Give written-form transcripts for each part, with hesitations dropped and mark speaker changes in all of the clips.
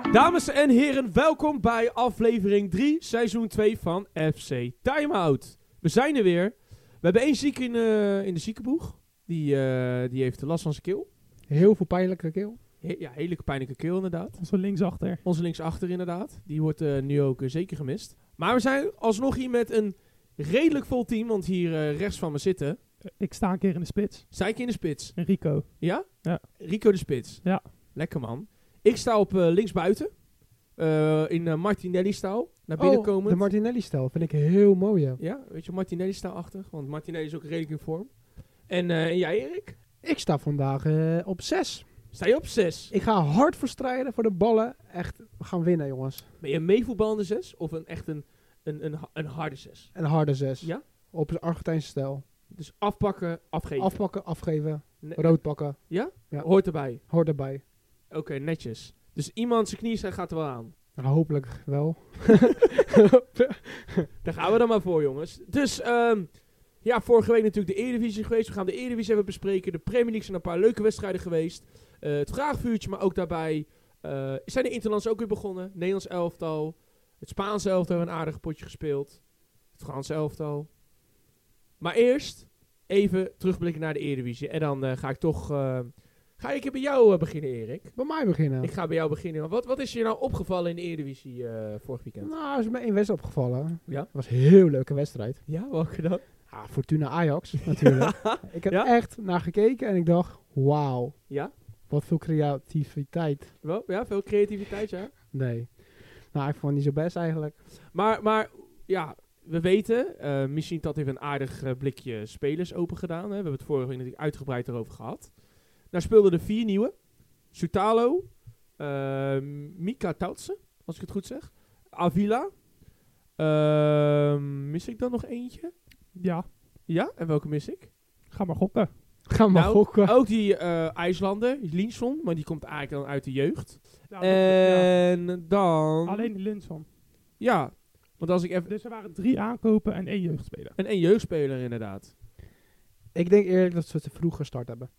Speaker 1: Dames en heren, welkom bij aflevering 3, seizoen 2 van FC Timeout. We zijn er weer. We hebben één ziek in de ziekenboeg. Die heeft last van zijn keel.
Speaker 2: Heel veel pijnlijke keel.
Speaker 1: Hele pijnlijke keel inderdaad.
Speaker 3: Onze linksachter.
Speaker 1: Onze linksachter inderdaad. Die wordt nu ook zeker gemist. Maar we zijn alsnog hier met een redelijk vol team. Want hier rechts van me zitten.
Speaker 3: Ik sta een keer in de spits.
Speaker 1: Sta ik in de spits?
Speaker 3: En Rico.
Speaker 1: Ja?
Speaker 3: Ja.
Speaker 1: Rico de spits.
Speaker 3: Ja.
Speaker 1: Lekker man. Ik sta op linksbuiten. In Martinelli-stijl. Naar binnen komend.
Speaker 2: De Martinelli-stijl vind ik heel mooi, ja.
Speaker 1: Ja, weet je, Martinelli-stijl-achtig. Want Martinelli is ook redelijk in vorm. En jij, Erik?
Speaker 2: Ik sta vandaag op 6.
Speaker 1: Sta je op 6?
Speaker 2: Ik ga hard voor strijden voor de ballen. Echt, we gaan winnen, jongens.
Speaker 1: Ben je een meevoetballende 6 of echt een harde 6?
Speaker 2: Een harde 6.
Speaker 1: Ja?
Speaker 2: Op de Argentijnse stijl.
Speaker 1: Dus afpakken, afgeven.
Speaker 2: Afpakken, afgeven,
Speaker 1: Ne-
Speaker 2: rood pakken.
Speaker 1: Ja?
Speaker 2: Ja.
Speaker 1: Hoort erbij.
Speaker 2: Hoort erbij.
Speaker 1: Oké, netjes. Dus iemand zijn knie gaat er wel aan.
Speaker 2: Nou, hopelijk wel.
Speaker 1: Daar gaan we dan maar voor, jongens. Dus, vorige week natuurlijk de Eredivisie geweest. We gaan de Eredivisie even bespreken. De Premier League zijn een paar leuke wedstrijden geweest. Het vraagvuurtje, maar ook daarbij zijn de Interlands ook weer begonnen. Nederlands elftal. Het Spaanse elftal hebben een aardig potje gespeeld. Het Franse elftal. Maar eerst even terugblikken naar de Eredivisie. En dan ga ik toch... Ga ik bij jou beginnen, Erik?
Speaker 2: Bij mij beginnen.
Speaker 1: Ik ga bij jou beginnen. Wat is je nou opgevallen in de Eredivisie vorig weekend?
Speaker 2: Nou, is me één wedstrijd opgevallen.
Speaker 1: Ja?
Speaker 2: Het was een heel leuke wedstrijd.
Speaker 1: Ja, welke dan?
Speaker 2: Fortuna Ajax, natuurlijk. Ik heb
Speaker 1: Ja?
Speaker 2: echt naar gekeken en ik dacht, wauw,
Speaker 1: Ja?
Speaker 2: wat veel creativiteit.
Speaker 1: Wel, ja, veel creativiteit, ja.
Speaker 2: Nee. Nou, ik vond het niet zo best eigenlijk.
Speaker 1: Maar ja, we weten, misschien dat heeft een aardig blikje spelers open gedaan. Hè. We hebben het vorige week natuurlijk uitgebreid erover gehad. Nou speelden er 4 nieuwe. Soutalo, Mika Tautse, als ik het goed zeg. Avila. Mis ik dan nog eentje?
Speaker 3: Ja,
Speaker 1: Ja, en welke mis ik?
Speaker 3: ga maar gokken.
Speaker 2: Ga maar gokken.
Speaker 1: Ook die IJslander, Linsson, maar die komt eigenlijk dan uit de jeugd.
Speaker 3: Ja,
Speaker 1: En dan...
Speaker 3: Alleen de Linson.
Speaker 1: Ja, want als ik even...
Speaker 3: Dus er waren 3 aankopen en 1 jeugdspeler.
Speaker 1: En 1 jeugdspeler inderdaad.
Speaker 2: Ik denk eerlijk dat ze te vroeg gestart hebben.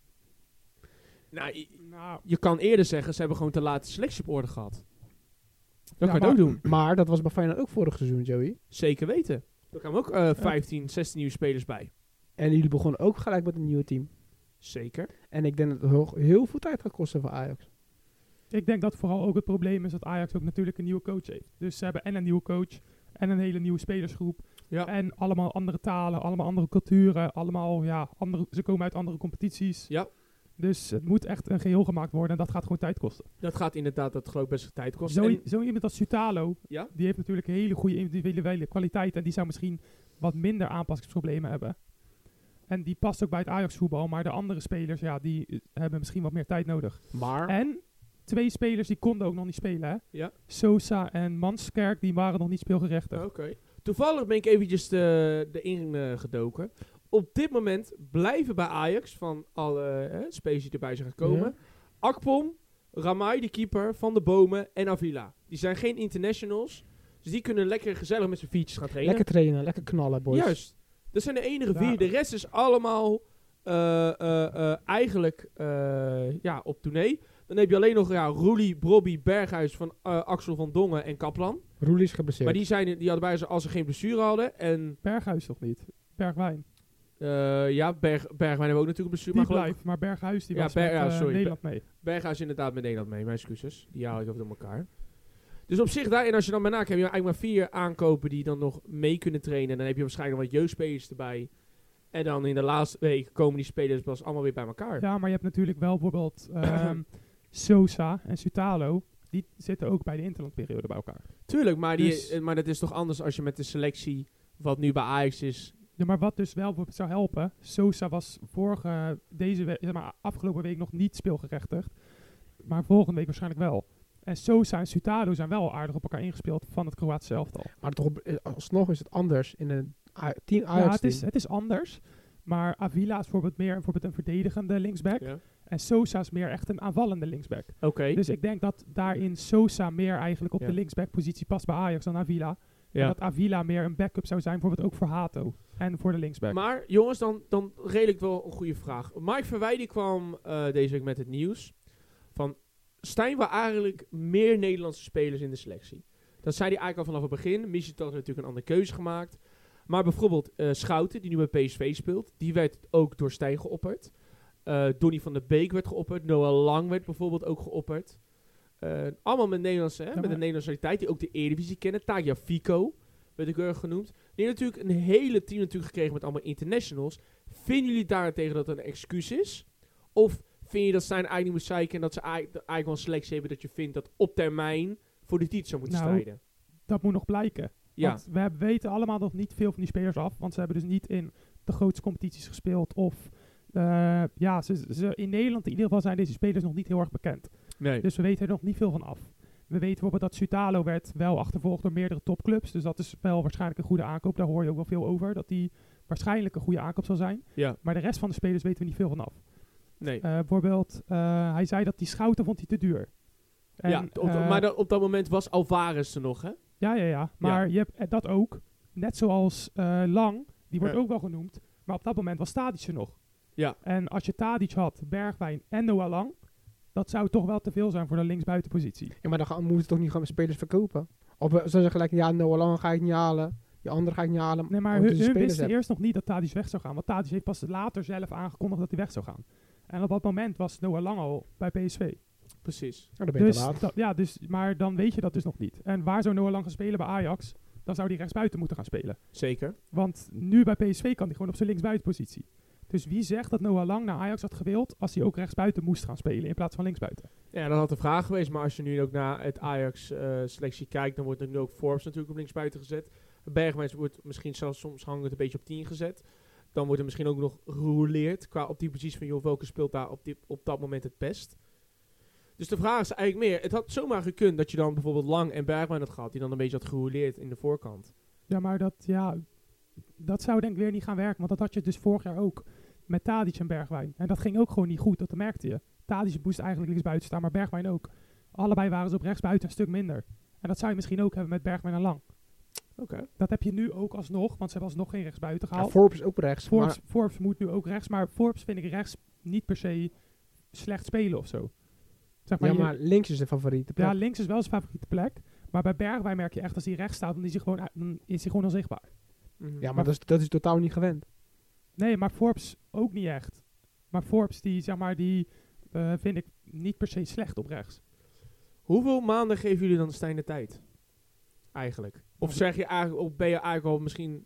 Speaker 1: Nou,
Speaker 3: Nou,
Speaker 1: je kan eerder zeggen, ze hebben gewoon te laat de selectie op orde gehad. Dat
Speaker 3: Ja,
Speaker 1: kan je ook
Speaker 3: maar-
Speaker 1: doen.
Speaker 2: Maar dat was bij Feyenoord ook vorig seizoen, Joey.
Speaker 1: Zeker weten. Er kwamen ook 15, 16 nieuwe spelers bij.
Speaker 2: En jullie begonnen ook gelijk met een nieuw team.
Speaker 1: Zeker.
Speaker 2: En ik denk dat het heel veel tijd gaat kosten voor Ajax.
Speaker 3: ik denk dat vooral ook het probleem is dat Ajax ook natuurlijk een nieuwe coach heeft. Dus ze hebben en een nieuwe coach en een hele nieuwe spelersgroep.
Speaker 1: Ja.
Speaker 3: En allemaal andere talen, allemaal andere culturen. Allemaal, ja, ze komen uit andere competities.
Speaker 1: Ja.
Speaker 3: Dus het moet echt een geheel gemaakt worden en dat gaat gewoon tijd kosten.
Speaker 1: Dat gaat inderdaad, dat geloof ik best veel tijd kosten.
Speaker 3: Zo iemand als Soutalo,
Speaker 1: Ja?
Speaker 3: die heeft natuurlijk een hele goede individuele kwaliteit. En die zou misschien wat minder aanpassingsproblemen hebben. En die past ook bij het Ajax-voetbal. Maar de andere spelers, ja, die hebben misschien wat meer tijd nodig.
Speaker 2: Maar
Speaker 3: En 2 spelers die konden ook nog niet spelen, hè?
Speaker 1: Ja.
Speaker 3: Sosa en Manskerk, die waren nog niet speelgerechtigd.
Speaker 1: Oké. Toevallig ben ik eventjes erin gedoken. Op dit moment blijven bij Ajax, van alle spelers die erbij zijn gekomen,
Speaker 2: Ja.
Speaker 1: Akpom, Ramai, de keeper, Van de Bomen en Avila. Die zijn geen internationals, dus die kunnen lekker gezellig met z'n fietsjes gaan trainen.
Speaker 2: lekker trainen, lekker knallen, boys.
Speaker 1: Juist. Dat zijn de enige
Speaker 3: Ja.
Speaker 1: 4. De rest is allemaal eigenlijk op tournee. Dan heb je alleen nog Roelie, Brobby, Berghuis van Axel van Dongen en Kaplan.
Speaker 2: Roelie is geblesseerd.
Speaker 1: Maar die hadden bij ze als ze geen blessure hadden. En
Speaker 3: Berghuis toch niet? Bergwijn.
Speaker 1: Bergwijn hebben ook natuurlijk een blessure.
Speaker 3: Die
Speaker 1: Maar geloof-
Speaker 3: blijft, maar Berghuis die
Speaker 1: Ja,
Speaker 3: was met
Speaker 1: sorry.
Speaker 3: Nederland mee.
Speaker 1: Berghuis inderdaad met Nederland mee. Mijn excuses. Die haal ik over door elkaar. Dus op zich daar, en als je dan bij naakt, heb je eigenlijk maar 4 aankopen die dan nog mee kunnen trainen. En dan heb je waarschijnlijk wat jeugdspelers erbij. En dan in de laatste week komen die spelers pas allemaal weer bij elkaar.
Speaker 3: Ja, maar je hebt natuurlijk wel bijvoorbeeld Sosa en Soutalo. Die zitten ook bij de interlandperiode bij elkaar.
Speaker 1: Tuurlijk, maar,
Speaker 3: Dus-
Speaker 1: maar dat is toch anders als je met de selectie, wat nu bij Ajax is.
Speaker 3: Ja, maar wat dus wel bijvoorbeeld zou helpen. Sosa was afgelopen week nog niet speelgerechtigd. Maar volgende week waarschijnlijk wel. En Sosa en Soutalo zijn wel aardig op elkaar ingespeeld van het Kroatische elftal.
Speaker 2: Maar toch, alsnog is het anders in een team
Speaker 3: Ja,
Speaker 2: Ajax-team.
Speaker 3: het is anders. Maar Avila is bijvoorbeeld een verdedigende linksback.
Speaker 1: Ja.
Speaker 3: En Sosa is meer echt een aanvallende linksback.
Speaker 1: Oké.
Speaker 3: Dus ik denk dat daarin Sosa meer eigenlijk op
Speaker 1: Ja.
Speaker 3: de linksback-positie past bij Ajax dan Avila. En
Speaker 1: Ja.
Speaker 3: dat Avila meer een backup zou zijn, bijvoorbeeld ook voor Hato. En voor de linksback.
Speaker 1: Maar jongens, dan redelijk wel een goede vraag. Mike Verwij die kwam deze week met het nieuws van Stijn wil eigenlijk meer Nederlandse spelers in de selectie. Dat zei hij eigenlijk al vanaf het begin. Mislitat had natuurlijk een andere keuze gemaakt. Maar bijvoorbeeld Schouten, die nu bij PSV speelt, die werd ook door Stijn geopperd. Donny van der Beek werd geopperd. Noah Lang werd bijvoorbeeld ook geopperd. Allemaal met Nederlandse, met een Nederlandse die ook de Eredivisie kennen. Tagliafico werd ik erg genoemd. Die heeft natuurlijk een hele team natuurlijk gekregen met allemaal internationals. Vinden jullie daarentegen dat het een excuus is? Of vind je dat Stijn eigenlijk niet moet zeiken en dat ze eigenlijk wel een selectie hebben dat je vindt dat op termijn voor de titel zou moeten strijden?
Speaker 3: Dat moet nog blijken.
Speaker 1: Ja.
Speaker 3: Want we weten allemaal nog niet veel van die spelers af. Want ze hebben dus niet in de grootste competities gespeeld. Of in Nederland in ieder geval zijn deze spelers nog niet heel erg bekend.
Speaker 1: Nee.
Speaker 3: Dus we weten er nog niet veel van af. We weten bijvoorbeeld dat Sutalo werd wel achtervolgd door meerdere topclubs. Dus dat is wel waarschijnlijk een goede aankoop. Daar hoor je ook wel veel over. Dat die waarschijnlijk een goede aankoop zal zijn.
Speaker 1: Ja.
Speaker 3: Maar de rest van de spelers weten we niet veel van af.
Speaker 1: Nee.
Speaker 3: Bijvoorbeeld, hij zei dat die Schouten vond hij te duur. En,
Speaker 1: maar op dat moment was Alvarez er nog, hè?
Speaker 3: Ja. Maar je hebt dat ook. Net zoals Lang, die wordt ook wel genoemd. Maar op dat moment was Tadic er nog.
Speaker 1: Ja.
Speaker 3: En als je Tadic had, Bergwijn en Noah Lang, dat zou toch wel te veel zijn voor de linksbuitenpositie.
Speaker 2: Ja, maar dan moeten we toch niet gewoon spelers verkopen? Of ze zeggen gelijk, ja, Noah Lang ga ik niet halen. Die andere ga ik niet halen.
Speaker 3: Nee, maar hun wisten eerst nog niet dat Tadic weg zou gaan. Want Tadic heeft pas later zelf aangekondigd dat hij weg zou gaan. En op dat moment was Noah Lang al bij PSV.
Speaker 1: Precies.
Speaker 2: Oh, dan ben je te laat.
Speaker 3: Maar dan weet je dat dus nog niet. En waar zou Noah Lang gaan spelen bij Ajax? Dan zou hij rechtsbuiten moeten gaan spelen.
Speaker 1: Zeker. Want
Speaker 3: nu bij PSV kan hij gewoon op zijn linksbuitenpositie. Dus wie zegt dat Noah Lang naar Ajax had gewild als hij ook rechtsbuiten moest gaan spelen in plaats van linksbuiten?
Speaker 1: Ja, dat had de vraag geweest. Maar als je nu ook naar het Ajax-selectie kijkt, dan wordt er nu ook Forbes natuurlijk op linksbuiten gezet. Bergwijn wordt misschien zelfs soms hangend een beetje op 10 gezet. Dan wordt er misschien ook nog gerouleerd op die positie van joh, welke speelt daar op dat moment het best. Dus de vraag is eigenlijk meer, het had zomaar gekund dat je dan bijvoorbeeld Lang en Bergwijn had gehad, die dan een beetje had gerouleerd in de voorkant.
Speaker 3: Ja, maar dat zou denk ik weer niet gaan werken, want dat had je dus vorig jaar ook met Tadic en Bergwijn. En dat ging ook gewoon niet goed, dat merkte je. Tadic moest eigenlijk linksbuiten staan, maar Bergwijn ook. Allebei waren ze op rechtsbuiten een stuk minder. En dat zou je misschien ook hebben met Bergwijn en Lang.
Speaker 1: Oké.
Speaker 3: Dat heb je nu ook alsnog, want ze hebben alsnog geen rechtsbuiten gehaald.
Speaker 2: Ja, Forbes ook rechts.
Speaker 3: Forbes moet nu ook rechts, maar Forbes vind ik rechts niet per se slecht spelen of zo. Zeg maar
Speaker 2: maar links is de favoriete plek.
Speaker 3: Ja, links is wel zijn favoriete plek. Maar bij Bergwijn merk je echt, als hij rechts staat, dan is hij gewoon onzichtbaar.
Speaker 1: Mm-hmm.
Speaker 2: Ja, maar dat is totaal niet gewend.
Speaker 3: Nee, maar Forbes ook niet echt. Maar Forbes, die vind ik niet per se slecht op rechts.
Speaker 1: Hoeveel maanden geven jullie dan Stijn de tijd? Eigenlijk. Of zeg je eigenlijk, of ben je eigenlijk al misschien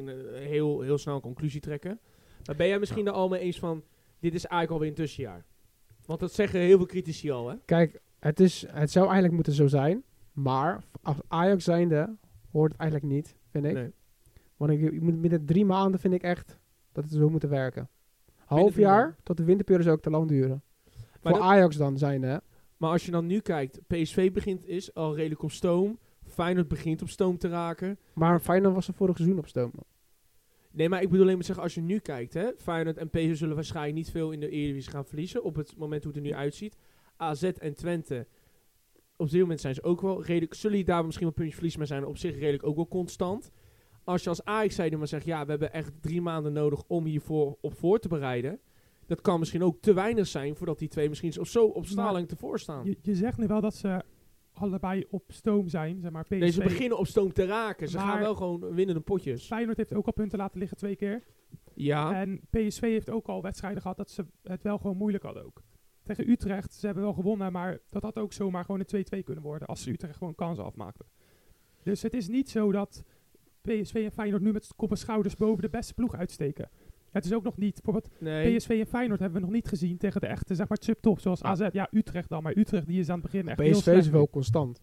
Speaker 1: heel snel een conclusie trekken? Maar ben jij misschien er al mee eens van, dit is eigenlijk alweer een tussenjaar? Want dat zeggen heel veel critici al, hè?
Speaker 2: Kijk, het zou eigenlijk moeten zo zijn. Maar als Ajax zijnde hoort het eigenlijk niet, vind ik.
Speaker 1: Nee.
Speaker 2: Want je moet binnen 3 maanden vind ik echt dat het zo moet werken. Half jaar tot de winterperiode zou ook te lang duren. Maar voor Ajax dan zijnde, hè?
Speaker 1: Maar als je dan nu kijkt, PSV is al redelijk op stoom. Feyenoord begint op stoom te raken.
Speaker 2: Maar Feyenoord was er vorig seizoen op stoom.
Speaker 1: Nee, maar ik bedoel alleen maar zeggen, als je nu kijkt, hè, Feyenoord en PSV zullen waarschijnlijk niet veel in de Eredivisie gaan verliezen. Op het moment hoe het er nu uitziet. AZ en Twente, op dit moment zijn ze ook wel redelijk, zullen die daar misschien een puntje verliezen, maar zijn op zich redelijk ook wel constant. Als je als Ajax zijde maar zegt, ja, we hebben echt 3 maanden nodig om hiervoor op voor te bereiden. Dat kan misschien ook te weinig zijn voordat die twee misschien zo op straling tevoor staan.
Speaker 3: Je zegt nu wel dat ze allebei op stoom zijn, zeg maar PSV.
Speaker 1: Nee, ze beginnen op stoom te raken. Ze gaan wel gewoon winnende potjes.
Speaker 3: Feyenoord heeft ook al punten laten liggen 2 keer.
Speaker 1: Ja.
Speaker 3: En PSV heeft ook al wedstrijden gehad dat ze het wel gewoon moeilijk hadden ook. Tegen Utrecht, ze hebben wel gewonnen, maar dat had ook zomaar gewoon een 2-2 kunnen worden als ze Utrecht gewoon kansen afmaakten. Dus het is niet zo dat PSV en Feyenoord nu met kop en schouders boven de beste ploeg uitsteken. Het is ook nog niet, bijvoorbeeld PSV en Feyenoord hebben we nog niet gezien tegen de echte, zeg maar, subtop zoals AZ. Ja, Utrecht dan, maar Utrecht die is aan het begin echt heel slecht.
Speaker 2: PSV is wel constant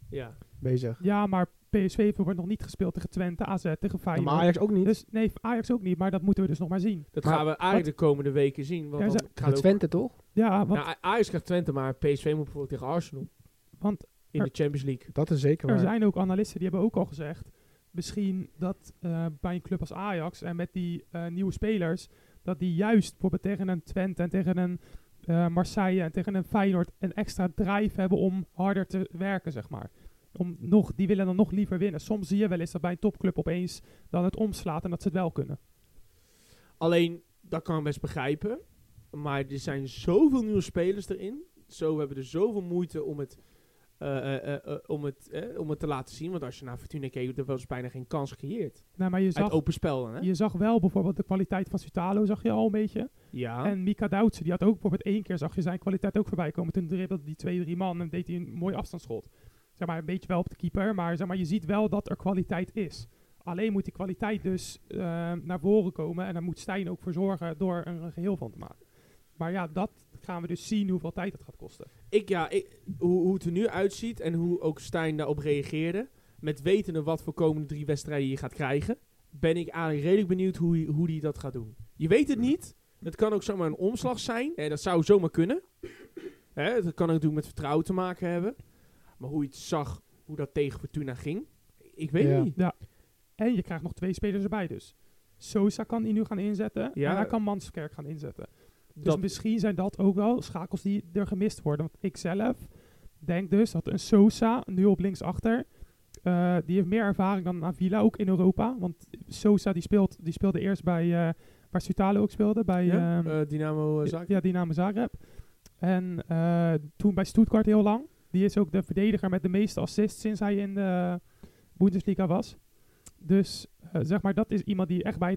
Speaker 2: bezig.
Speaker 3: Ja, maar PSV heeft nog niet gespeeld tegen Twente, AZ, tegen Feyenoord.
Speaker 2: Ja, maar Ajax ook niet.
Speaker 3: Dus, nee, Ajax ook niet, maar dat moeten we dus nog maar zien.
Speaker 1: Dat gaan we eigenlijk de komende weken zien. Want
Speaker 2: gaat Twente toch?
Speaker 3: Ja, want
Speaker 1: Ajax krijgt Twente, maar PSV moet bijvoorbeeld tegen Arsenal.
Speaker 3: Want
Speaker 1: in de Champions League.
Speaker 2: Dat is zeker waar.
Speaker 3: Er zijn ook analisten die hebben ook al gezegd, misschien dat bij een club als Ajax en met die nieuwe spelers, dat die juist bijvoorbeeld tegen een Twente en tegen een Marseille en tegen een Feyenoord een extra drive hebben om harder te werken, zeg maar. Die willen dan nog liever winnen. Soms zie je wel eens dat bij een topclub opeens dan het omslaat en dat ze het wel kunnen.
Speaker 1: Alleen, dat kan ik best begrijpen. Maar er zijn zoveel nieuwe spelers erin. we hebben er zoveel moeite om het te laten zien. Want als je naar Fortuna keek, er was bijna geen kans gecreëerd.
Speaker 3: Nou, maar je
Speaker 1: Uit
Speaker 3: zag,
Speaker 1: open spel dan, hè?
Speaker 3: je zag wel bijvoorbeeld de kwaliteit van Sutalo, zag je al een beetje.
Speaker 1: Ja.
Speaker 3: En Mika Doutsen, die had ook bijvoorbeeld 1 keer, zag je zijn kwaliteit ook voorbij komen. Toen dribbelde die 2-3 man en deed hij een mooi afstandsschot. Zeg maar, een beetje wel op de keeper, maar zeg maar, je ziet wel dat er kwaliteit is. Alleen moet die kwaliteit dus naar voren komen. En daar moet Stijn ook voor zorgen door er een geheel van te maken. Maar ja, dat gaan we dus zien hoeveel tijd het gaat kosten.
Speaker 1: Hoe het er nu uitziet en hoe ook Stijn daarop reageerde, met wetende wat voor komende 3 wedstrijden je gaat krijgen, ben ik eigenlijk redelijk benieuwd hoe hij dat gaat doen. Je weet het niet. Het kan ook zomaar een omslag zijn. Dat zou zomaar kunnen. Dat kan ook natuurlijk met vertrouwen te maken hebben. Maar hoe je het zag, hoe dat tegen Fortuna ging, ik weet het niet.
Speaker 3: Ja. En je krijgt nog 2 spelers erbij dus. Sosa kan hij nu gaan inzetten.
Speaker 1: Ja.
Speaker 3: En hij kan Manskerk gaan inzetten. Dus misschien zijn dat ook wel schakels die er gemist worden. Want ik zelf denk dus dat een Sosa, nu op linksachter, die heeft meer ervaring dan Avila, ook in Europa. Want Sosa die speelde eerst bij, waar Sutalo ook speelde, bij
Speaker 1: Dynamo Zagreb.
Speaker 3: Ja, Dynamo Zagreb. En toen bij Stuttgart heel lang. Die is ook de verdediger met de meeste assists sinds hij in de Bundesliga was. Dus zeg maar, dat is iemand die echt bij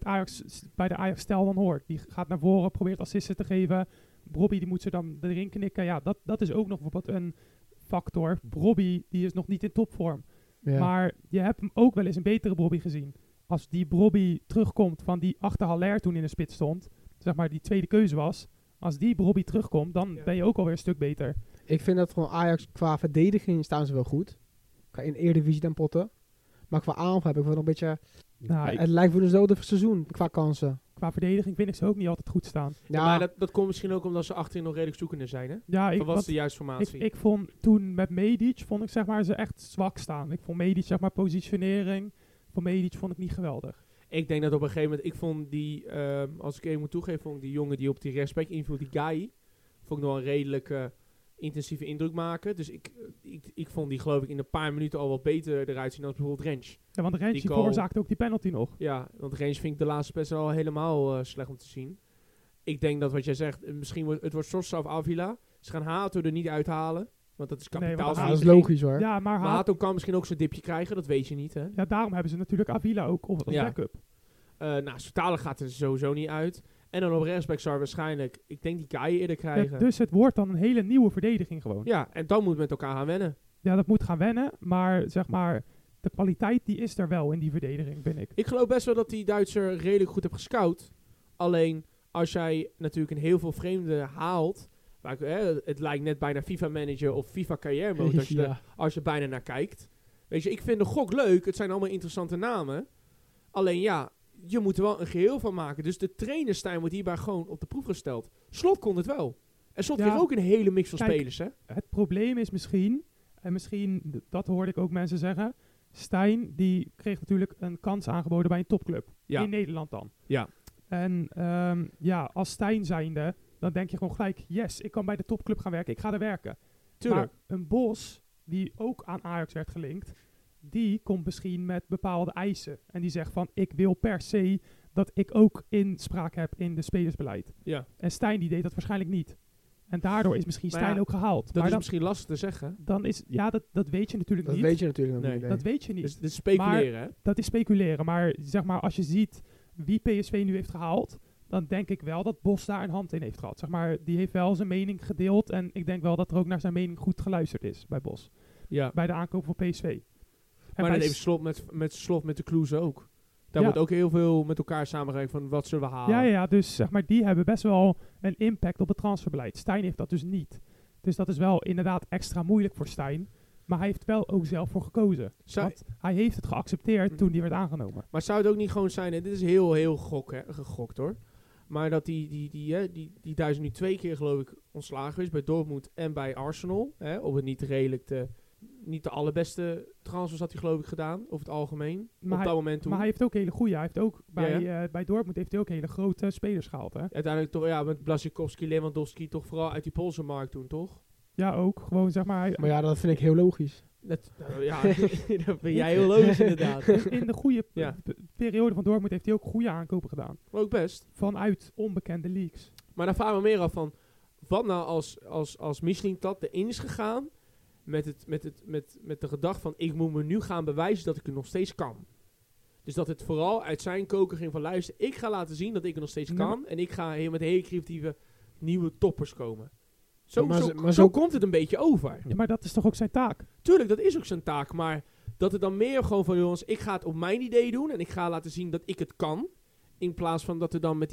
Speaker 3: de Ajax-stel dan hoort. Die gaat naar voren, probeert assisten te geven. Brobby die moet ze dan erin knikken. Ja, dat is ook nog bijvoorbeeld een factor. Brobby die is nog niet in topvorm. Ja. Maar je hebt hem ook wel eens een betere Brobby gezien. Als die Brobby terugkomt van die achter Haller toen in de spits stond, zeg maar die tweede keuze was. Als die Brobby terugkomt, dan ben je ook alweer een stuk beter.
Speaker 2: Ik vind dat gewoon Ajax qua verdediging staan ze wel goed. In Eredivisie dan potten. Maar qua aanval heb ik wel een beetje...
Speaker 3: Nou,
Speaker 2: het lijkt voor hetzelfde seizoen qua kansen.
Speaker 3: Qua verdediging vind ik ze ook niet altijd goed staan.
Speaker 1: Ja, maar dat komt misschien ook omdat ze achterin nog redelijk zoekende zijn, hè?
Speaker 3: Ja,
Speaker 1: wat is de juiste formatie?
Speaker 3: Ik vond toen met Medic, vond ik zeg maar ze echt zwak staan. Ik vond Medic, zeg maar, positionering van Medic vond ik niet geweldig.
Speaker 1: Ik denk dat op een gegeven moment, ik vond die, als ik even moet toegeven, vond ik die jongen die op die rechtsback inviel, die Guy, vond ik nog een redelijk intensieve indruk maken. Dus ik vond die, geloof ik, in een paar minuten al wat beter eruit zien dan bijvoorbeeld Rens.
Speaker 3: Ja, want Rens die veroorzaakte ook die penalty nog.
Speaker 1: Ja, want Rens vind ik de laatste best al helemaal slecht om te zien. Ik denk dat wat jij zegt, misschien het wordt Sosa of Avila. Ze gaan Hato er niet uithalen, want dat is kapitaal.
Speaker 2: Dat is logisch hoor.
Speaker 3: Ja, maar
Speaker 1: Hato kan misschien ook zijn dipje krijgen, dat weet je niet, hè?
Speaker 3: Ja, daarom hebben ze natuurlijk Avila ook als backup.
Speaker 1: Sutalo gaat er sowieso niet uit. En dan op rechtsback zou waarschijnlijk, ik denk die Kai eerder krijgen.
Speaker 3: Ja, dus het wordt dan een hele nieuwe verdediging gewoon.
Speaker 1: Ja, en dan moet met elkaar gaan wennen.
Speaker 3: Ja, dat moet gaan wennen, maar zeg maar, de kwaliteit die is er wel in die verdediging, vind ik.
Speaker 1: Ik geloof best wel dat die Duitser redelijk goed heeft gescout. Alleen, als jij natuurlijk een heel veel vreemden haalt, het lijkt net bijna FIFA Manager of FIFA Carrière Mode als je bijna naar kijkt. Weet je, ik vind de gok leuk, het zijn allemaal interessante namen. Alleen ja, je moet er wel een geheel van maken. Dus de trainerstijl wordt hierbij gewoon op de proef gesteld. Slot kon het wel. En Slot kreeg ook een hele mix van spelers, hè?
Speaker 3: Het probleem is misschien, en misschien, dat hoorde ik ook mensen zeggen, Stijn, die kreeg natuurlijk een kans aangeboden bij een topclub. Ja. In Nederland dan.
Speaker 1: Ja.
Speaker 3: En als Stijn zijnde, dan denk je gewoon gelijk, yes, ik kan bij de topclub gaan werken, ik ga er werken.
Speaker 1: Tuurlijk.
Speaker 3: Maar een Bos, die ook aan Ajax werd gelinkt, die komt misschien met bepaalde eisen. En die zegt van, ik wil per se dat ik ook inspraak heb in de spelersbeleid.
Speaker 1: Ja.
Speaker 3: En Stijn die deed dat waarschijnlijk niet. En daardoor is misschien Stijn ook gehaald.
Speaker 1: Dat is misschien lastig te zeggen.
Speaker 3: Dan is, dat weet je natuurlijk niet.
Speaker 2: Dat weet je natuurlijk niet.
Speaker 3: Dat weet je niet.
Speaker 1: Dus dit is speculeren, hè?
Speaker 3: Dat is speculeren. Maar zeg maar, als je ziet wie PSV nu heeft gehaald, dan denk ik wel dat Bos daar een hand in heeft gehad. Zeg maar, die heeft wel zijn mening gedeeld. En ik denk wel dat er ook naar zijn mening goed geluisterd is bij Bos.
Speaker 1: Ja.
Speaker 3: Bij de aankoop van PSV. En
Speaker 1: maar dan even Slot met de Kloeze ook. Daar wordt ook heel veel met elkaar samengewerkt van wat zullen we halen.
Speaker 3: Ja, dus zeg maar, die hebben best wel een impact op het transferbeleid. Stijn heeft dat dus niet. Dus dat is wel inderdaad extra moeilijk voor Stijn. Maar hij heeft wel ook zelf voor gekozen. Want hij heeft het geaccepteerd toen die werd aangenomen.
Speaker 1: Maar zou het ook niet gewoon zijn, en dit is heel gegokt hoor. Maar dat die Duitser nu 2 keer geloof ik ontslagen is bij Dortmund en bij Arsenal. Hè, op het niet de allerbeste transfers had hij geloof ik gedaan, over het algemeen.
Speaker 3: Maar
Speaker 1: op dat moment toen.
Speaker 3: Maar hij heeft ook hele goede. Hij heeft ook bij Dortmund heeft hij ook hele grote spelers gehaald. Hè?
Speaker 1: Uiteindelijk toch, met Błaszczykowski, Lewandowski toch vooral uit die Poolse markt toen, toch?
Speaker 3: Ja, ook. Gewoon zeg maar.
Speaker 2: Maar ja, dat vind ik heel logisch.
Speaker 1: Dat vind jij heel logisch inderdaad.
Speaker 3: In de goede periode van Dortmund heeft hij ook goede aankopen gedaan.
Speaker 1: Ook best.
Speaker 3: Vanuit onbekende leagues.
Speaker 1: Maar daar vragen we meer af van, wat nou als Mislintat erin is gegaan met de gedachte van ik moet me nu gaan bewijzen dat ik het nog steeds kan. Dus dat het vooral uit zijn koker ging van luister, ik ga laten zien dat ik het nog steeds kan en ik ga met hele creatieve nieuwe toppers komen. Zo komt het een beetje over.
Speaker 3: Ja, maar dat is toch ook zijn taak?
Speaker 1: Tuurlijk, dat is ook zijn taak, maar dat het dan meer gewoon van jongens, ik ga het op mijn idee doen en ik ga laten zien dat ik het kan. In plaats van dat er dan met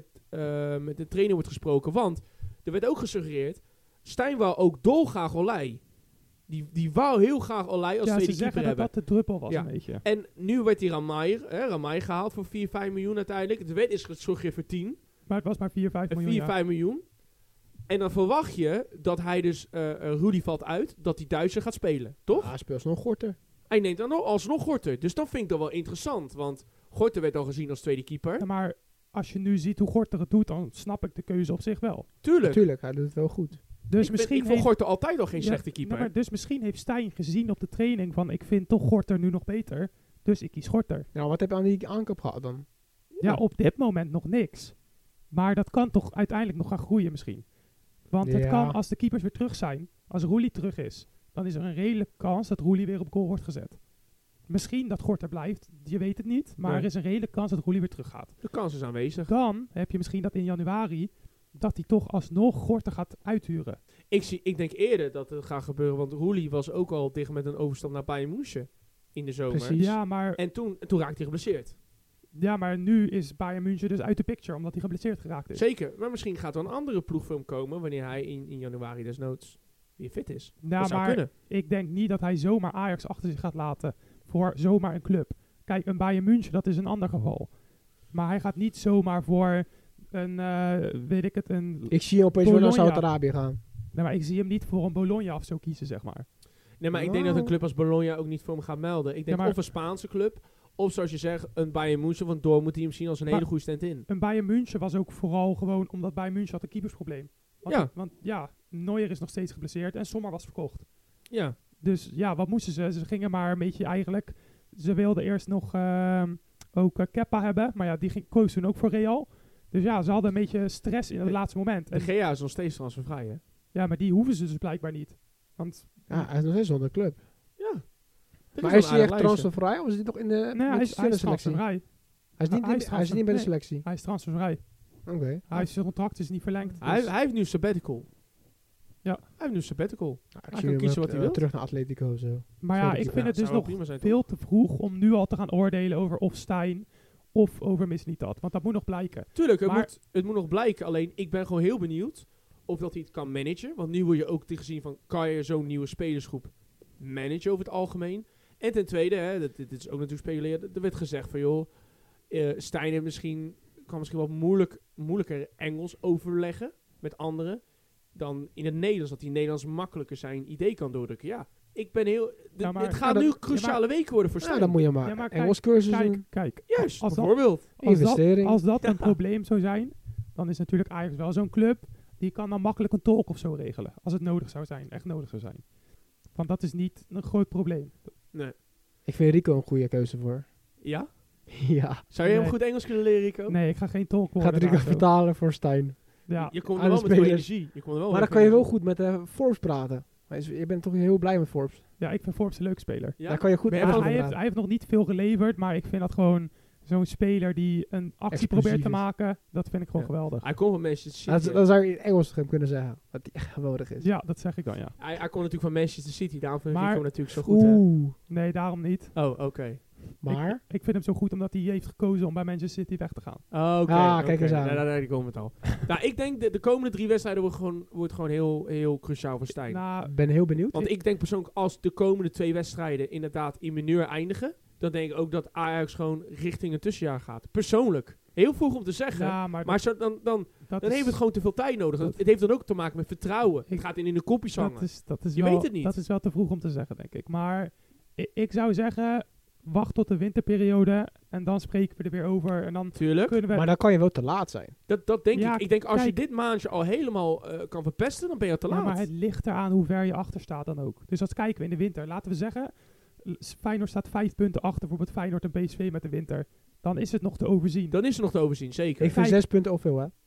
Speaker 1: de trainer wordt gesproken. Want er werd ook gesuggereerd, Stijn wou ook dolgraag Olij. Die wou heel graag Olij als tweede keeper hebben.
Speaker 3: Dat de druppel was een beetje.
Speaker 1: En nu werd die Ramai gehaald voor 4-5 miljoen uiteindelijk. Het werd is gesuggereerd voor 10.
Speaker 3: Maar het was maar 4-5 miljoen.
Speaker 1: 4-5 miljoen. En dan verwacht je dat hij dus, Rudy valt uit, dat die Duitser gaat spelen, toch?
Speaker 2: Hij speelt nog Gorter.
Speaker 1: Hij neemt dan alsnog Gorter. Dus dat vind ik dan wel interessant, want Gorter werd al gezien als tweede keeper.
Speaker 3: Ja, maar als je nu ziet hoe Gorter het doet, dan snap ik de keuze op zich wel.
Speaker 1: Tuurlijk,
Speaker 2: hij doet het wel goed.
Speaker 3: Dus
Speaker 1: ik vond Gorter altijd al geen slechte keeper.
Speaker 3: Nou, maar dus misschien heeft Stijn gezien op de training van ik vind toch Gorter nu nog beter, dus ik kies Gorter.
Speaker 2: Ja, wat heb je aan die aankoop gehad dan?
Speaker 3: Ja, op dit moment nog niks. Maar dat kan toch uiteindelijk nog gaan groeien misschien. Want het kan, als de keepers weer terug zijn, als Roelie terug is, dan is er een redelijke kans dat Roelie weer op goal wordt gezet. Misschien dat Gorter blijft, je weet het niet, maar er is een redelijke kans dat Roelie weer terug gaat.
Speaker 1: De kans is aanwezig.
Speaker 3: Dan heb je misschien dat in januari, dat hij toch alsnog Gorter gaat uithuren.
Speaker 1: Ik denk eerder dat het gaat gebeuren, want Roelie was ook al dicht met een overstap naar Bayern München in de zomer.
Speaker 2: Precies.
Speaker 3: Ja, maar
Speaker 1: En toen raakte hij geblesseerd.
Speaker 3: Ja, maar nu is Bayern München dus uit de picture, omdat hij geblesseerd geraakt is.
Speaker 1: Zeker, maar misschien gaat er een andere ploeg voor hem komen wanneer hij in januari desnoods weer fit is.
Speaker 3: Nou,
Speaker 1: dat zou
Speaker 3: maar
Speaker 1: kunnen.
Speaker 3: Ik denk niet dat hij zomaar Ajax achter zich gaat laten voor zomaar een club. Kijk, een Bayern München, dat is een ander geval. Maar hij gaat niet zomaar voor een,
Speaker 2: Ik zie hem opeens wel naar Saudi-Arabië gaan.
Speaker 3: Nee, maar ik zie hem niet voor een Bologna of zo kiezen, zeg maar.
Speaker 1: Nee, maar ik denk dat een club als Bologna ook niet voor hem gaat melden. Ik denk of een Spaanse club, of zoals je zegt, een Bayern München, want door moet hij hem zien als een hele goede stand-in.
Speaker 3: Een Bayern München was ook vooral gewoon omdat Bayern München had een keepersprobleem. Want Neuer is nog steeds geblesseerd en Sommer was verkocht.
Speaker 1: Ja.
Speaker 3: Dus ja, wat moesten ze? Ze gingen maar een beetje eigenlijk... Ze wilden eerst nog ook Kepa hebben, maar ja, die koos toen ook voor Real. Dus ja, ze hadden een beetje stress in het laatste moment.
Speaker 1: De GA is nog steeds transfervrij, hè?
Speaker 3: Ja, maar die hoeven ze dus blijkbaar niet. Want
Speaker 2: hij is nog steeds zonder club.
Speaker 1: Ja.
Speaker 2: Maar is hij echt transfervrij of is hij nog in de
Speaker 3: hij is transfervrij.
Speaker 2: Hij is niet bij de selectie?
Speaker 3: Hij is transfervrij.
Speaker 2: Oké.
Speaker 3: Zijn contract is niet verlengd.
Speaker 1: Dus hij heeft nu sabbatical.
Speaker 3: Ja.
Speaker 1: Hij heeft nu sabbatical.
Speaker 2: Hij kan kiezen wat hij wil. Terug naar Atletico of zo.
Speaker 3: Maar ja, ik vind het dus nog veel te vroeg om nu al te gaan oordelen over of Stijn of over Mislintat. Want dat moet nog blijken.
Speaker 1: Tuurlijk, het moet nog blijken. Alleen, ik ben gewoon heel benieuwd of dat hij het kan managen. Want nu word je ook gezien van, kan je zo'n nieuwe spelersgroep managen over het algemeen? En ten tweede, dit is ook natuurlijk speculeren, er werd gezegd van joh, Stijn kan misschien wat moeilijker Engels overleggen met anderen dan in het Nederlands, dat die Nederlands makkelijker zijn idee kan doordrukken. Ja, ik ben heel... Het gaat nu cruciale weken worden voor Stijn.
Speaker 2: Ja, dan moet je maar Engels cursus doen.
Speaker 3: Kijk.
Speaker 1: Juist, bijvoorbeeld.
Speaker 2: Investering.
Speaker 3: Als dat een probleem zou zijn, dan is natuurlijk Ajax wel zo'n club, die kan dan makkelijk een tolk of zo regelen. Als het nodig zou zijn, echt nodig zou zijn. Want dat is niet een groot probleem.
Speaker 1: Nee.
Speaker 2: Ik vind Rico een goede keuze voor.
Speaker 1: Ja?
Speaker 2: Ja.
Speaker 1: Zou je hem goed Engels kunnen leren, Rico?
Speaker 3: Nee, ik ga geen tolk worden.
Speaker 2: Gaat Rico vertalen voor Stijn.
Speaker 3: Ja.
Speaker 1: Je komt er wel met veel energie.
Speaker 2: Maar dan kan je wel goed met Forbes praten. Je bent toch heel blij met Forbes?
Speaker 3: Ja, ik vind Forbes een leuke speler.
Speaker 2: Ja? Daar kan je goed
Speaker 3: hij heeft nog niet veel geleverd, maar ik vind dat gewoon zo'n speler die een actie probeert te maken, dat vind ik gewoon geweldig.
Speaker 1: Hij komt van Manchester City.
Speaker 2: Dan zou je in Engels hem kunnen zeggen, dat hij echt geweldig is.
Speaker 3: Ja, dat zeg ik dan, ja.
Speaker 1: Hij komt natuurlijk van Manchester City, daarom vind ik hem natuurlijk zo goed.
Speaker 3: Nee, daarom niet.
Speaker 1: Oh, oké.
Speaker 2: Maar?
Speaker 3: Ik vind hem zo goed omdat hij heeft gekozen om bij Manchester City weg te gaan.
Speaker 1: Kijk eens aan. Daar komen we het al. Nou, ik denk de komende 3 wedstrijden wordt gewoon heel, heel cruciaal voor Stijn.
Speaker 2: Ik ben heel benieuwd.
Speaker 1: Want ik denk persoonlijk, als de komende 2 wedstrijden inderdaad in mineur eindigen, dan denk ik ook dat Ajax gewoon richting een tussenjaar gaat. Persoonlijk. Heel vroeg om te zeggen. Ja, maar dan heeft het gewoon te veel tijd nodig. Het heeft dan ook te maken met vertrouwen. Het gaat in de kopjes hangen. Je weet het niet.
Speaker 3: Dat is wel te vroeg om te zeggen, denk ik. Maar ik zou zeggen, wacht tot de winterperiode en dan spreken we er weer over. En dan kunnen we...
Speaker 2: Maar dan kan je wel te laat zijn.
Speaker 1: Dat denk ik. Ik denk als je dit maandje al helemaal kan verpesten, dan ben je te laat.
Speaker 3: Maar het ligt eraan hoe ver je achter staat dan ook. Dus dat kijken we in de winter. Laten we zeggen, Feyenoord staat 5 punten achter bijvoorbeeld Feyenoord en PSV met de winter. Dan is het nog te overzien.
Speaker 1: Dan is het nog te overzien, zeker.
Speaker 2: Ik vind 6 punten al veel, hè?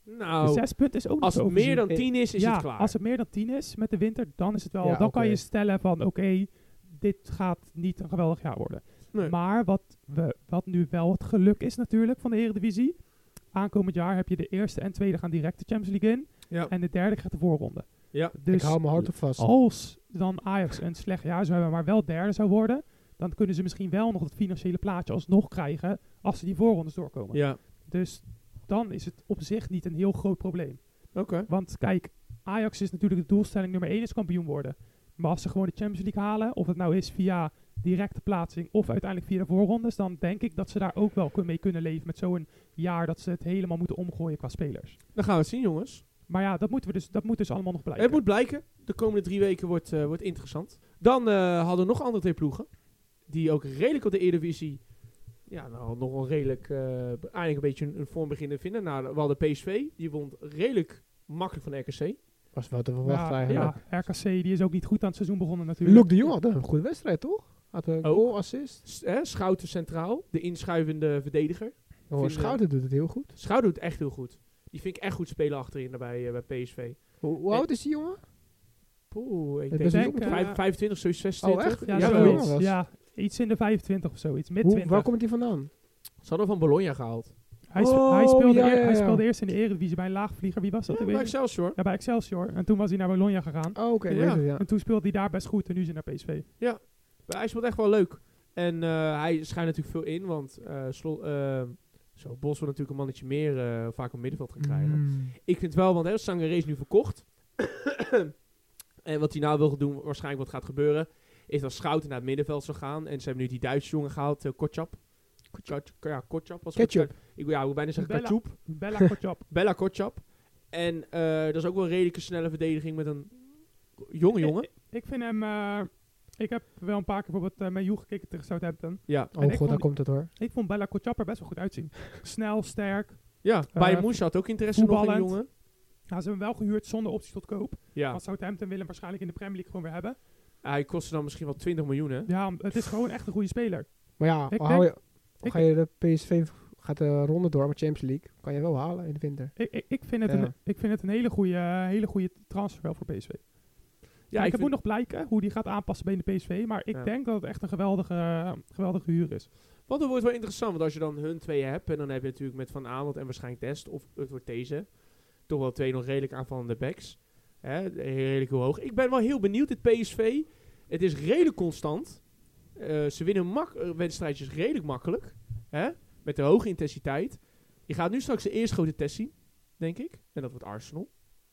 Speaker 1: Nou,
Speaker 3: De 6 punten is ook
Speaker 1: als
Speaker 3: nog
Speaker 1: het
Speaker 3: te
Speaker 1: meer dan
Speaker 3: overzien.
Speaker 1: 10 is
Speaker 3: Ja,
Speaker 1: het klaar.
Speaker 3: als het meer dan 10 is met de winter, dan is het wel.
Speaker 2: Ja,
Speaker 3: dan kan
Speaker 2: oké.
Speaker 3: je stellen van oké, dit gaat niet een geweldig jaar worden.
Speaker 1: Nee.
Speaker 3: Maar wat nu wel het geluk is natuurlijk van de Eredivisie. Aankomend jaar heb je de eerste en tweede gaan direct de Champions League in.
Speaker 1: Ja.
Speaker 3: En de derde krijgt de voorronde.
Speaker 1: Ja.
Speaker 3: Dus
Speaker 2: ik hou mijn hart op vast.
Speaker 3: als dan Ajax een slecht jaar zou hebben, maar wel derde zou worden, dan kunnen ze misschien wel nog het financiële plaatje alsnog krijgen als ze die voorrondes doorkomen.
Speaker 1: Ja,
Speaker 3: Dus dan is het op zich niet een heel groot probleem.
Speaker 1: oké.
Speaker 3: Want kijk, Ajax is natuurlijk de doelstelling nummer 1 is kampioen worden. Maar als ze gewoon de Champions League halen, of het nou is via directe plaatsing of uiteindelijk via de voorrondes, dan denk ik dat ze daar ook wel mee kunnen leven met zo'n jaar dat ze het helemaal moeten omgooien qua spelers.
Speaker 1: Dan gaan we het zien, jongens.
Speaker 3: Maar ja, dat moet dus allemaal nog blijken.
Speaker 1: Het moet blijken. De komende 3 weken wordt interessant. Dan hadden we nog andere 2 ploegen. Die ook redelijk op de Eredivisie... Ja, nou, nog wel redelijk... eigenlijk een beetje een vorm beginnen te vinden. Nou, we hadden PSV. Die won redelijk makkelijk van RKC.
Speaker 2: Was wel te verwachten
Speaker 3: Ja,
Speaker 2: eigenlijk.
Speaker 3: ja, RKC die is ook niet goed aan het seizoen begonnen natuurlijk.
Speaker 2: Luc de Jong had een goede wedstrijd, toch? Had een goal, assist.
Speaker 1: Schouten centraal. De inschuivende verdediger.
Speaker 2: Oh, Schouten doet het heel goed.
Speaker 1: Schouten doet het echt heel goed. Die vind ik echt goed spelen achterin daarbij bij PSV.
Speaker 2: Hoe oud is die jongen?
Speaker 1: Poeh, ik
Speaker 2: Het
Speaker 1: denk
Speaker 2: is
Speaker 3: jong, toch?
Speaker 1: 25, zoiets 26.
Speaker 2: Oh, echt?
Speaker 3: Ja,
Speaker 2: Ja,
Speaker 3: zoiets.
Speaker 2: jongen was.
Speaker 3: Ja, iets in de 25 of zoiets. Mid 20.
Speaker 2: Waar komt hij vandaan?
Speaker 1: Ze hadden van Bologna gehaald.
Speaker 3: Hij
Speaker 2: Oh,
Speaker 3: speelde
Speaker 2: ja, ja,
Speaker 3: hij
Speaker 2: ja.
Speaker 3: speelde eerst in de Eredivisie bij een laagvlieger. Wie was dat?
Speaker 1: Ja,
Speaker 3: Ik
Speaker 1: bij
Speaker 3: weet niet.
Speaker 1: Excelsior.
Speaker 3: Ja, bij Excelsior. En toen was hij naar Bologna gegaan.
Speaker 2: Oh, oké.
Speaker 1: Ja.
Speaker 2: Ja.
Speaker 3: En toen speelde hij daar best goed. En nu is hij naar PSV.
Speaker 1: Maar hij speelt echt wel leuk. En hij schijnt natuurlijk veel in, want Bos wil natuurlijk een mannetje meer vaak op middenveld gaan krijgen.
Speaker 2: Mm.
Speaker 1: Ik vind wel, want Sangaré is nu verkocht. En wat hij nou wil doen, waarschijnlijk wat gaat gebeuren, is dat Schouten naar het middenveld zal gaan. En ze hebben nu die Duitse jongen gehaald, Kotschap. Kotschap.
Speaker 2: Ketchup.
Speaker 1: Ik wil bijna zeggen
Speaker 3: Bella.
Speaker 1: Kachoep.
Speaker 3: Bella Kotschap.
Speaker 1: Bella Kotschap. En dat is ook wel een redelijke snelle verdediging met een jonge jongen.
Speaker 3: Ik vind hem... ik heb wel een paar keer bijvoorbeeld met Joe gekeken tegen Southampton.
Speaker 1: Ja,
Speaker 2: Oh
Speaker 3: ik
Speaker 2: god,
Speaker 3: vond-
Speaker 2: daar komt het hoor.
Speaker 3: Ik vond Bella Kotschap er best wel goed uitzien. Snel, sterk.
Speaker 1: ja. Bayern München had ook interesse nog in die
Speaker 3: voetballend.
Speaker 1: jongen.
Speaker 3: Nou, ze hebben hem wel gehuurd zonder optie tot koop.
Speaker 1: Ja,
Speaker 3: Want Southampton wil hem waarschijnlijk in de Premier League gewoon weer hebben.
Speaker 1: hij kostte dan misschien wel 20 miljoen, hè?
Speaker 3: Ja, het is gewoon echt een goede speler.
Speaker 2: Maar ja,
Speaker 3: Ik
Speaker 2: al
Speaker 3: denk-
Speaker 2: ga je de PSV gaat de ronde door met Champions League, kan je wel halen in de winter.
Speaker 3: Ik vind het een hele goede transfer wel voor PSV.
Speaker 1: Ja,
Speaker 3: Kijk,
Speaker 1: ik
Speaker 3: het moet nog blijken hoe die gaat aanpassen bij de PSV. Maar ik
Speaker 1: Ja.
Speaker 3: denk dat het echt een geweldige huur is.
Speaker 1: Want het wordt wel interessant, want als je dan hun 2 hebt, en dan heb je natuurlijk met Van Aanholt en waarschijnlijk Dest, of het wordt deze, toch wel 2 nog redelijk aanvallende backs. Hè, redelijk heel hoog. Ik ben wel heel benieuwd, dit PSV. Het is redelijk constant. Ze winnen wedstrijdjes redelijk makkelijk. Hè, met de hoge intensiteit. Je gaat nu straks de eerste grote test zien, denk ik. En dat wordt Arsenal.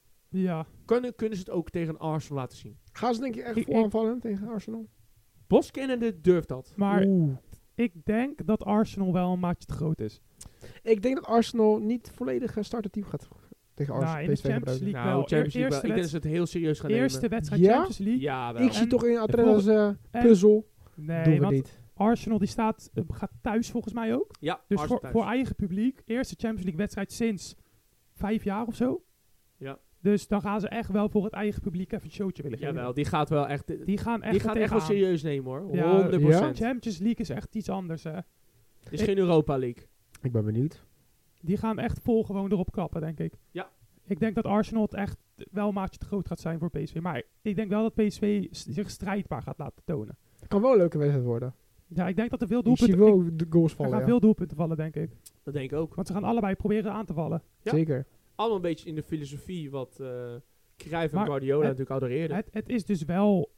Speaker 3: Ja,
Speaker 1: Kunnen ze het ook tegen Arsenal laten zien?
Speaker 2: Gaan ze denk je echt
Speaker 3: Ik-
Speaker 2: vol aanvallen tegen Arsenal?
Speaker 1: Boskennende durft dat.
Speaker 3: maar
Speaker 2: Oeh.
Speaker 3: ik denk dat Arsenal wel een maatje te groot is.
Speaker 2: Ik denk dat Arsenal niet volledig starterteam gaat tegen
Speaker 3: Nou,
Speaker 2: Arsenal.
Speaker 3: in de
Speaker 2: PSV
Speaker 3: Champions
Speaker 2: gebruiken.
Speaker 3: League wel.
Speaker 1: Champions League wel.
Speaker 3: Eerste
Speaker 1: Ik denk dat ze het heel serieus gaan
Speaker 3: Eerste
Speaker 1: nemen.
Speaker 3: wedstrijd
Speaker 2: Ja?
Speaker 3: Champions League.
Speaker 1: Ja, wel.
Speaker 2: Ik zie
Speaker 3: En
Speaker 2: toch in
Speaker 3: de
Speaker 2: Atreus
Speaker 3: en-
Speaker 2: puzzel.
Speaker 3: Nee,
Speaker 2: Doen we
Speaker 3: want
Speaker 2: niet.
Speaker 3: Arsenal die gaat thuis volgens mij ook.
Speaker 1: Ja,
Speaker 3: Dus
Speaker 1: Arsenal
Speaker 3: voor
Speaker 1: thuis.
Speaker 3: eigen publiek. Eerste Champions League wedstrijd sinds 5 jaar of zo.
Speaker 1: Ja.
Speaker 3: Dus dan gaan ze echt wel voor het eigen publiek even een showtje willen geven.
Speaker 1: Jawel, die gaat wel echt...
Speaker 3: Die gaan echt,
Speaker 1: Die gaat echt wel
Speaker 3: tegenaan.
Speaker 1: serieus nemen, hoor.
Speaker 3: Ja,
Speaker 1: 100%.
Speaker 3: Champions League is echt iets anders. Hè.
Speaker 1: Het is geen Europa League.
Speaker 2: Ik ben benieuwd.
Speaker 3: Die gaan echt vol gewoon erop klappen, denk ik.
Speaker 1: Ja.
Speaker 3: Ik denk dat Arsenal het echt wel een maatje te groot gaat zijn voor PSV. Maar ik denk wel dat PSV zich strijdbaar gaat laten tonen.
Speaker 2: Het kan wel een leuke wedstrijd worden.
Speaker 3: Ja, ik denk dat er veel
Speaker 2: Ik zie
Speaker 3: doelpunten...
Speaker 2: wel de goals
Speaker 3: Er
Speaker 2: vallen,
Speaker 3: gaan
Speaker 2: ja.
Speaker 3: veel doelpunten vallen, denk ik.
Speaker 1: Dat denk ik ook.
Speaker 3: Want ze gaan allebei proberen aan te vallen.
Speaker 1: Ja.
Speaker 2: Zeker.
Speaker 1: Allemaal een beetje in de filosofie wat Cruijff en
Speaker 3: Maar
Speaker 1: Guardiola
Speaker 3: het-
Speaker 1: natuurlijk adoreerden.
Speaker 3: Het is dus wel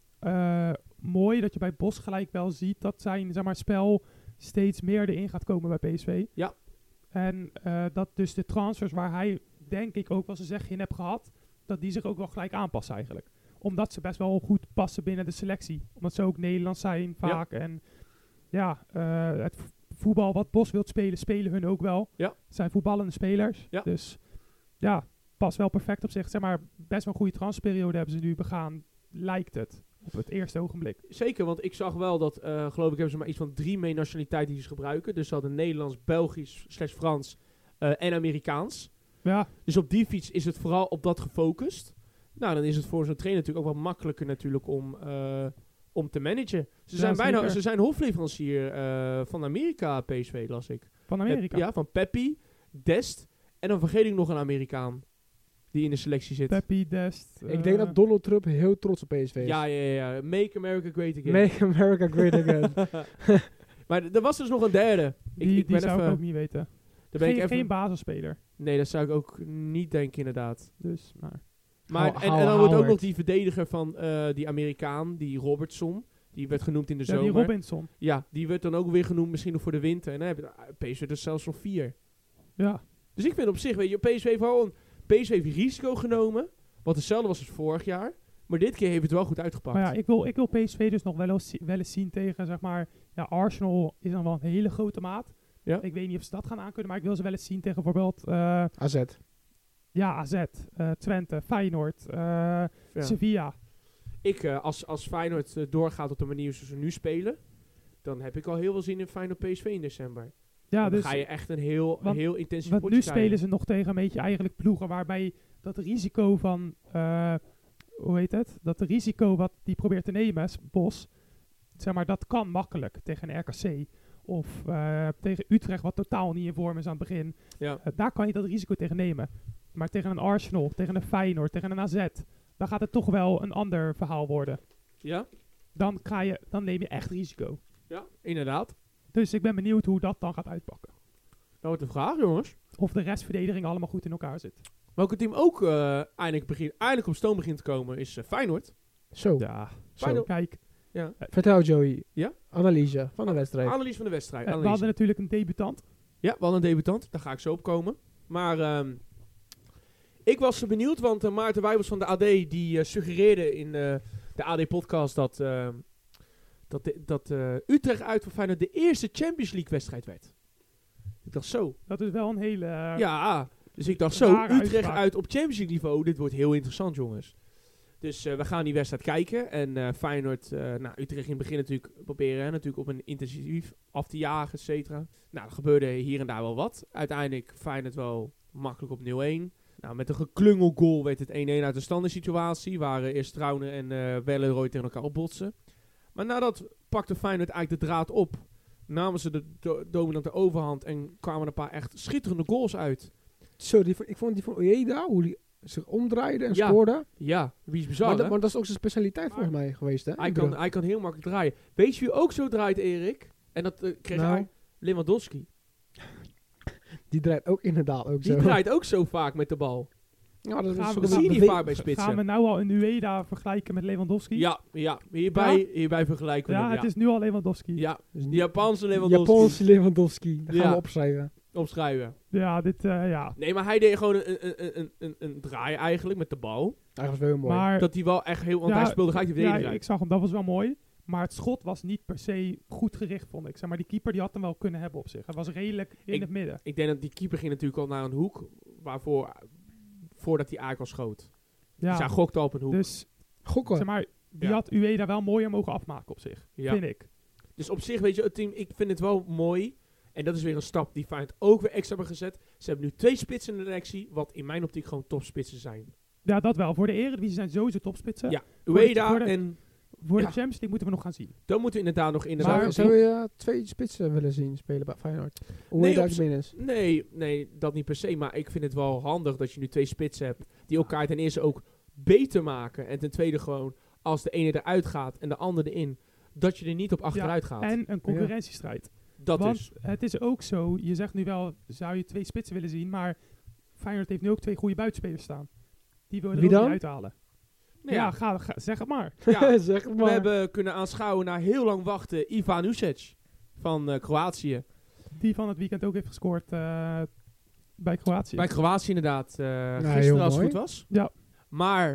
Speaker 3: mooi dat je bij Bos gelijk wel ziet dat zijn zeg maar, spel steeds meer erin gaat komen bij PSV.
Speaker 1: Ja.
Speaker 3: En dat dus de transfers waar hij denk ik ook wel zijn zegje in hebt gehad, dat die zich ook wel gelijk aanpassen eigenlijk. Omdat ze best wel goed passen binnen de selectie. Omdat ze ook Nederlands zijn vaak. En ja, het voetbal wat Bos wilt spelen, spelen hun ook wel.
Speaker 1: Ja.
Speaker 3: Het zijn voetballende spelers.
Speaker 1: Ja.
Speaker 3: Dus ja, past wel perfect op zich. Zeg maar, best wel een goede transferperiode hebben ze nu begaan, lijkt het. Op het eerste ogenblik.
Speaker 1: Zeker, want ik zag wel dat, geloof ik, hebben ze maar iets van 3 nationaliteiten die ze gebruiken. Dus ze hadden Nederlands, Belgisch, Frans en Amerikaans.
Speaker 3: Ja,
Speaker 1: Dus op die fiets is het vooral op dat gefocust. Nou, dan is het voor zo'n trainer natuurlijk ook wat makkelijker natuurlijk om te managen. Ze zijn hofleverancier van Amerika, PSV, las ik.
Speaker 3: van Amerika.
Speaker 1: Ja, van Peppi, Dest En dan vergeet ik nog een Amerikaan die in de selectie zit.
Speaker 3: Peppy, Dest.
Speaker 2: Ik denk dat Donald Trump heel trots op PSV is.
Speaker 1: Ja. Make America Great Again.
Speaker 2: Make America Great Again.
Speaker 1: Maar er was dus nog een derde.
Speaker 3: Die zou ik ook niet weten. Geen basisspeler.
Speaker 1: Nee, dat zou ik ook niet denken inderdaad.
Speaker 3: Dus,
Speaker 1: Maar en dan wordt ook nog die verdediger van die Amerikaan, die Robertson. Die werd genoemd in de zomer.
Speaker 3: Die Robinson.
Speaker 1: Ja, die werd dan ook weer genoemd misschien nog voor de winter. En dan heb je PSV er zelfs nog 4.
Speaker 3: Ja.
Speaker 1: Dus ik vind op zich, weet je, PSV heeft risico genomen. Wat hetzelfde was als vorig jaar. Maar dit keer heeft het wel goed uitgepakt.
Speaker 3: Maar ja, ik wil PSV dus nog wel eens zien tegen, zeg maar... Ja, Arsenal is dan wel een hele grote maat.
Speaker 1: Ja.
Speaker 3: Ik weet niet of ze dat gaan aankunnen, maar ik wil ze wel eens zien tegen bijvoorbeeld...
Speaker 2: AZ.
Speaker 3: Ja, AZ, Twente, Feyenoord, Sevilla.
Speaker 1: Als Feyenoord doorgaat op de manier zoals ze nu spelen... dan heb ik al heel veel zin in Feyenoord PSV in december.
Speaker 3: Ja,
Speaker 1: dan
Speaker 3: dus
Speaker 1: ga je echt een heel intensief
Speaker 3: potje
Speaker 1: potje
Speaker 3: nu spelen ze nog tegen een beetje eigenlijk ploegen waarbij dat risico van... hoe heet het? Dat risico wat die probeert te nemen, Bos... Zeg maar, dat kan makkelijk tegen een RKC. Of tegen Utrecht, wat totaal niet in vorm is aan het begin.
Speaker 1: Ja.
Speaker 3: Daar kan je dat risico tegen nemen. Maar tegen een Arsenal, tegen een Feyenoord, tegen een AZ... dan gaat het toch wel een ander verhaal worden.
Speaker 1: Ja?
Speaker 3: Dan neem je echt risico.
Speaker 1: Ja, inderdaad.
Speaker 3: Dus ik ben benieuwd hoe dat dan gaat uitpakken.
Speaker 1: Dat wordt de vraag, jongens.
Speaker 3: Of de restverdediging allemaal goed in elkaar zit.
Speaker 1: Welke team ook eindelijk op stoom begint te komen is Feyenoord.
Speaker 2: Zo.
Speaker 3: Ja,
Speaker 1: Feyenoord.
Speaker 3: Kijk.
Speaker 1: Ja.
Speaker 2: Vertel Joey.
Speaker 1: Ja?
Speaker 2: Analyse van de wedstrijd.
Speaker 1: Analyse van de wedstrijd.
Speaker 3: We hadden natuurlijk een debutant.
Speaker 1: Ja, we hadden een debutant. Daar ga ik zo op komen. Maar ik was benieuwd, want Maarten Wijbels van de AD... die suggereerde in de AD-podcast dat Utrecht uit voor Feyenoord de eerste Champions League wedstrijd werd. Ik dacht zo.
Speaker 3: Dat is wel een hele...
Speaker 1: ja, dus ik dacht zo. Utrecht
Speaker 3: uitspraak.
Speaker 1: uit op Champions League niveau. Dit wordt heel interessant, jongens. Dus we gaan die wedstrijd kijken. En Feyenoord, Utrecht in het begin natuurlijk proberen natuurlijk op een intensief af te jagen, et cetera. Nou, er gebeurde hier en daar wel wat. Uiteindelijk Feyenoord wel makkelijk op 0-1. Nou, met een geklungel goal werd het 1-1 uit de standaard situatie. Waar eerst Trauner en Welleroy tegen elkaar opbotsen. Maar nadat pakte Feyenoord eigenlijk de draad op. Namen ze de dominante overhand en kwamen een paar echt schitterende goals uit.
Speaker 2: Zo, ik vond die van Ojeda, hoe die zich omdraaide en scoorde.
Speaker 1: Ja, wie is bizar,
Speaker 2: maar dat is ook zijn specialiteit volgens mij geweest, hè?
Speaker 1: Hij kan heel makkelijk draaien. Weet je wie ook zo draait, Erik? En dat kreeg hij Lewandowski.
Speaker 2: Die draait ook inderdaad ook zo.
Speaker 1: Die draait ook zo vaak met de bal.
Speaker 2: Ja, dat
Speaker 1: zie je niet vaak bij spitsen.
Speaker 3: Gaan we nou al een Ueda vergelijken met Lewandowski?
Speaker 1: Ja. Hierbij vergelijken we hem.
Speaker 3: Het is nu al Lewandowski.
Speaker 1: Ja, de Japanse Lewandowski.
Speaker 2: Japanse Lewandowski. Dat gaan we opschrijven.
Speaker 1: Ja,
Speaker 3: ja.
Speaker 1: Nee, maar hij deed gewoon een draai eigenlijk met de bal.
Speaker 2: Dat was wel heel mooi.
Speaker 1: Maar dat hij wel echt heel... Want hij speelde gelijk de verdediger.
Speaker 3: Ja, ik zag hem. Dat was wel mooi. Maar het schot was niet per se goed gericht, vond ik. Zeg maar, die keeper die had hem wel kunnen hebben op zich. Hij was redelijk in het midden.
Speaker 1: Ik denk dat die keeper ging natuurlijk al naar een hoek. Voordat hij eigenlijk al schoot. Ja. Dus hij gokte op een hoek.
Speaker 3: Dus,
Speaker 2: gokken.
Speaker 3: Zeg maar, die had Ueda wel mooier mogen afmaken op zich. Ja. Vind ik.
Speaker 1: Dus op zich, weet je, het team, ik vind het wel mooi. En dat is weer een stap die Feyenoord ook weer extra hebben gezet. Ze hebben nu 2 spitsen in de selectie, wat in mijn optiek gewoon topspitsen zijn.
Speaker 3: Ja, dat wel. Voor de Eredivisie zijn sowieso topspitsen.
Speaker 1: Ja, Ueda en...
Speaker 3: Voor de Champions League moeten we nog gaan zien.
Speaker 1: Dan moeten we inderdaad nog
Speaker 2: Zou je 2 spitsen willen zien spelen bij Feyenoord?
Speaker 1: Nee, dat niet per se. Maar ik vind het wel handig dat je nu 2 spitsen hebt die elkaar ten eerste ook beter maken. En ten tweede gewoon, als de ene eruit gaat en de andere erin, dat je er niet op achteruit gaat.
Speaker 3: En een concurrentiestrijd. Want het is ook zo, je zegt nu wel, zou je 2 spitsen willen zien, maar Feyenoord heeft nu ook 2 goede buitenspelers staan. Die wil je er ook niet uithalen. Nee, ja, zeg het maar.
Speaker 1: Ja,
Speaker 2: zeg het maar.
Speaker 1: We hebben kunnen aanschouwen na heel lang wachten Ivan Ušec van Kroatië.
Speaker 3: Die van het weekend ook heeft gescoord bij Kroatië.
Speaker 1: Bij Kroatië inderdaad. Gisteren als het goed was.
Speaker 3: Ja.
Speaker 1: Maar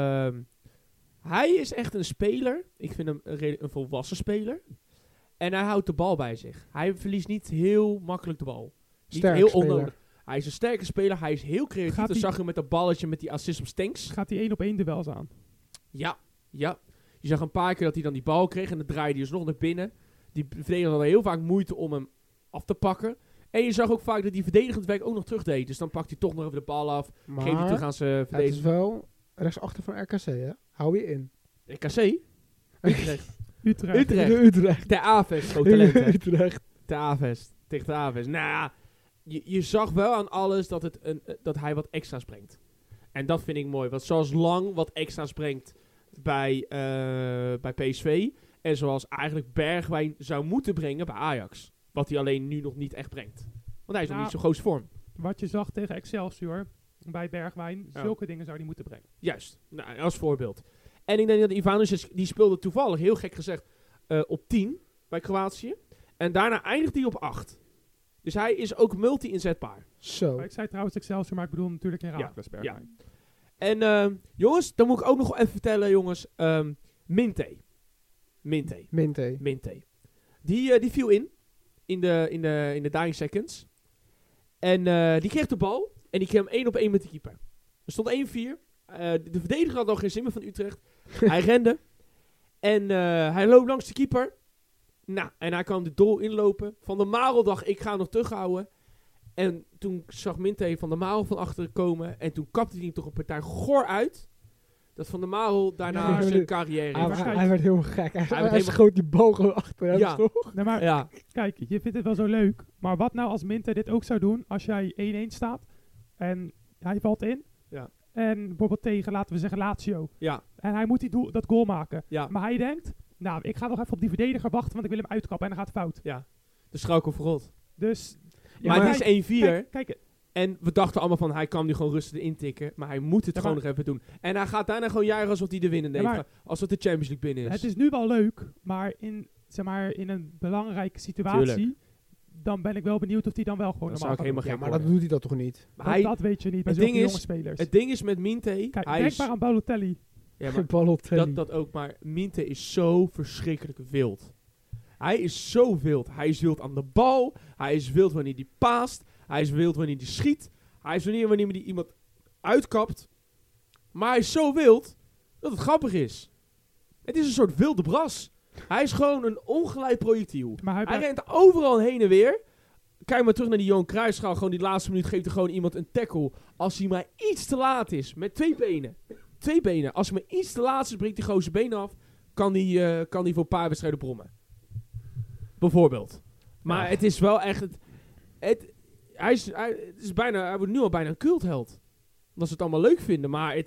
Speaker 1: hij is echt een speler. Ik vind hem een volwassen speler. En hij houdt de bal bij zich. Hij verliest niet heel makkelijk de bal.
Speaker 2: Sterk
Speaker 1: niet heel
Speaker 2: speler.
Speaker 1: onnodig. Hij is een sterke speler. Hij is heel creatief. Dat zag je met dat balletje met die assist op Stenks.
Speaker 3: Gaat hij 1-op-1 duels aan?
Speaker 1: Ja. Je zag een paar keer dat hij dan die bal kreeg. En dan draaide hij dus nog naar binnen. Die verdediger had heel vaak moeite om hem af te pakken. En je zag ook vaak dat die verdedigend werk ook nog terug deed. Dus dan pakt hij toch nog even de bal af.
Speaker 2: Maar
Speaker 1: geeft hij terug aan zijn verdediger.
Speaker 2: Het is wel rechtsachter van RKC, hè? Hou je in.
Speaker 1: RKC?
Speaker 3: Utrecht.
Speaker 1: Ter Avest. Groot talent, hè?
Speaker 2: Utrecht.
Speaker 1: Ter Avest. Tegen Ter Avest. Nou ja, je zag wel aan alles dat hij wat extra's brengt. En dat vind ik mooi. Want zoals Lang wat extra's brengt bij PSV. En zoals eigenlijk Bergwijn zou moeten brengen bij Ajax. Wat hij alleen nu nog niet echt brengt. Want hij is nog niet zo groot vorm.
Speaker 3: Wat je zag tegen Excelsior bij Bergwijn. Zulke dingen zou hij moeten brengen.
Speaker 1: Juist. Nou, als voorbeeld. En ik denk dat Ivanovic, die speelde toevallig, heel gek gezegd, op 10 bij Kroatië. En daarna eindigt hij op 8. Dus hij is ook multi-inzetbaar.
Speaker 2: Zo.
Speaker 3: Maar ik zei trouwens Excelsior, maar ik bedoel natuurlijk Heracles Bergwijn.
Speaker 1: En jongens, dan moet ik ook nog even vertellen, jongens. Minte. Die viel in de dying seconds. En die kreeg de bal. En die kreeg hem 1-op-1 met de keeper. Er stond 1-4. De verdediger had al geen zin meer van Utrecht. Hij rende. En hij loopt langs de keeper. Nou, en hij kwam de doel inlopen. Van der Marel dacht, ik ga hem nog terughouden. En toen zag Minte Van der Marel van achteren komen. En toen kapte hij toch een partij goor uit. Dat Van der Marel daarna zijn carrière heeft.
Speaker 2: Hij werd heel gek. Hij schoot die bal gewoon achter hem,
Speaker 1: Ja.
Speaker 2: toch?
Speaker 3: Nee, maar kijk, je vindt het wel zo leuk. Maar wat nou als Minte dit ook zou doen als jij 1-1 staat en hij valt in.
Speaker 1: Ja.
Speaker 3: En bijvoorbeeld tegen, laten we zeggen, Lazio.
Speaker 1: Ja.
Speaker 3: En hij moet dat goal maken.
Speaker 1: Ja.
Speaker 3: Maar hij denkt, nou, ik ga nog even op die verdediger wachten, want ik wil hem uitkappen en dan gaat het fout.
Speaker 1: Ja. De schoukel verrot.
Speaker 3: Dus...
Speaker 1: Maar het is 1-4.
Speaker 3: Kijk,
Speaker 1: en we dachten allemaal van, hij kan nu gewoon rustig intikken. Maar hij moet het gewoon nog even doen. En hij gaat daarna gewoon juichen alsof hij de winnende heeft. Alsof de Champions League binnen is.
Speaker 3: Het is nu wel leuk, maar in een belangrijke situatie...
Speaker 1: Tuurlijk.
Speaker 3: Dan ben ik wel benieuwd of hij dan wel gewoon
Speaker 1: Dan
Speaker 3: normaal
Speaker 1: zou ik
Speaker 3: gaat
Speaker 1: helemaal
Speaker 3: doen.
Speaker 2: Maar dat doet hij dat toch niet?
Speaker 1: Maar
Speaker 3: dat weet je niet bij
Speaker 1: het
Speaker 3: zulke
Speaker 1: ding
Speaker 3: jonge
Speaker 1: is,
Speaker 3: spelers.
Speaker 1: Het ding is met Minte...
Speaker 3: Kijk,
Speaker 1: hij
Speaker 3: denk
Speaker 1: is,
Speaker 3: maar aan Balotelli.
Speaker 1: ja, maar
Speaker 2: Balotelli.
Speaker 1: dat ook, maar Minte is zo verschrikkelijk wild. Hij is zo wild. Hij is wild aan de bal. Hij is wild wanneer hij paast. Hij is wild wanneer hij schiet. Hij is wanneer hij iemand uitkapt. Maar hij is zo wild dat het grappig is. Het is een soort wilde bras. Hij is gewoon een ongeleid projectiel.
Speaker 3: Maar
Speaker 1: hij rent overal heen en weer. Kijk maar terug naar die Johan Cruijffschaal. Gewoon die laatste minuut geeft er gewoon iemand een tackle. Als hij maar iets te laat is. Met 2 benen. 2 benen. Als hij maar iets te laat is, breekt die gozer zijn benen af. Kan hij voor een paar wedstrijden brommen. Bijvoorbeeld. Maar het is wel echt... Hij wordt nu al bijna een cultheld. Dat ze het allemaal leuk vinden. Maar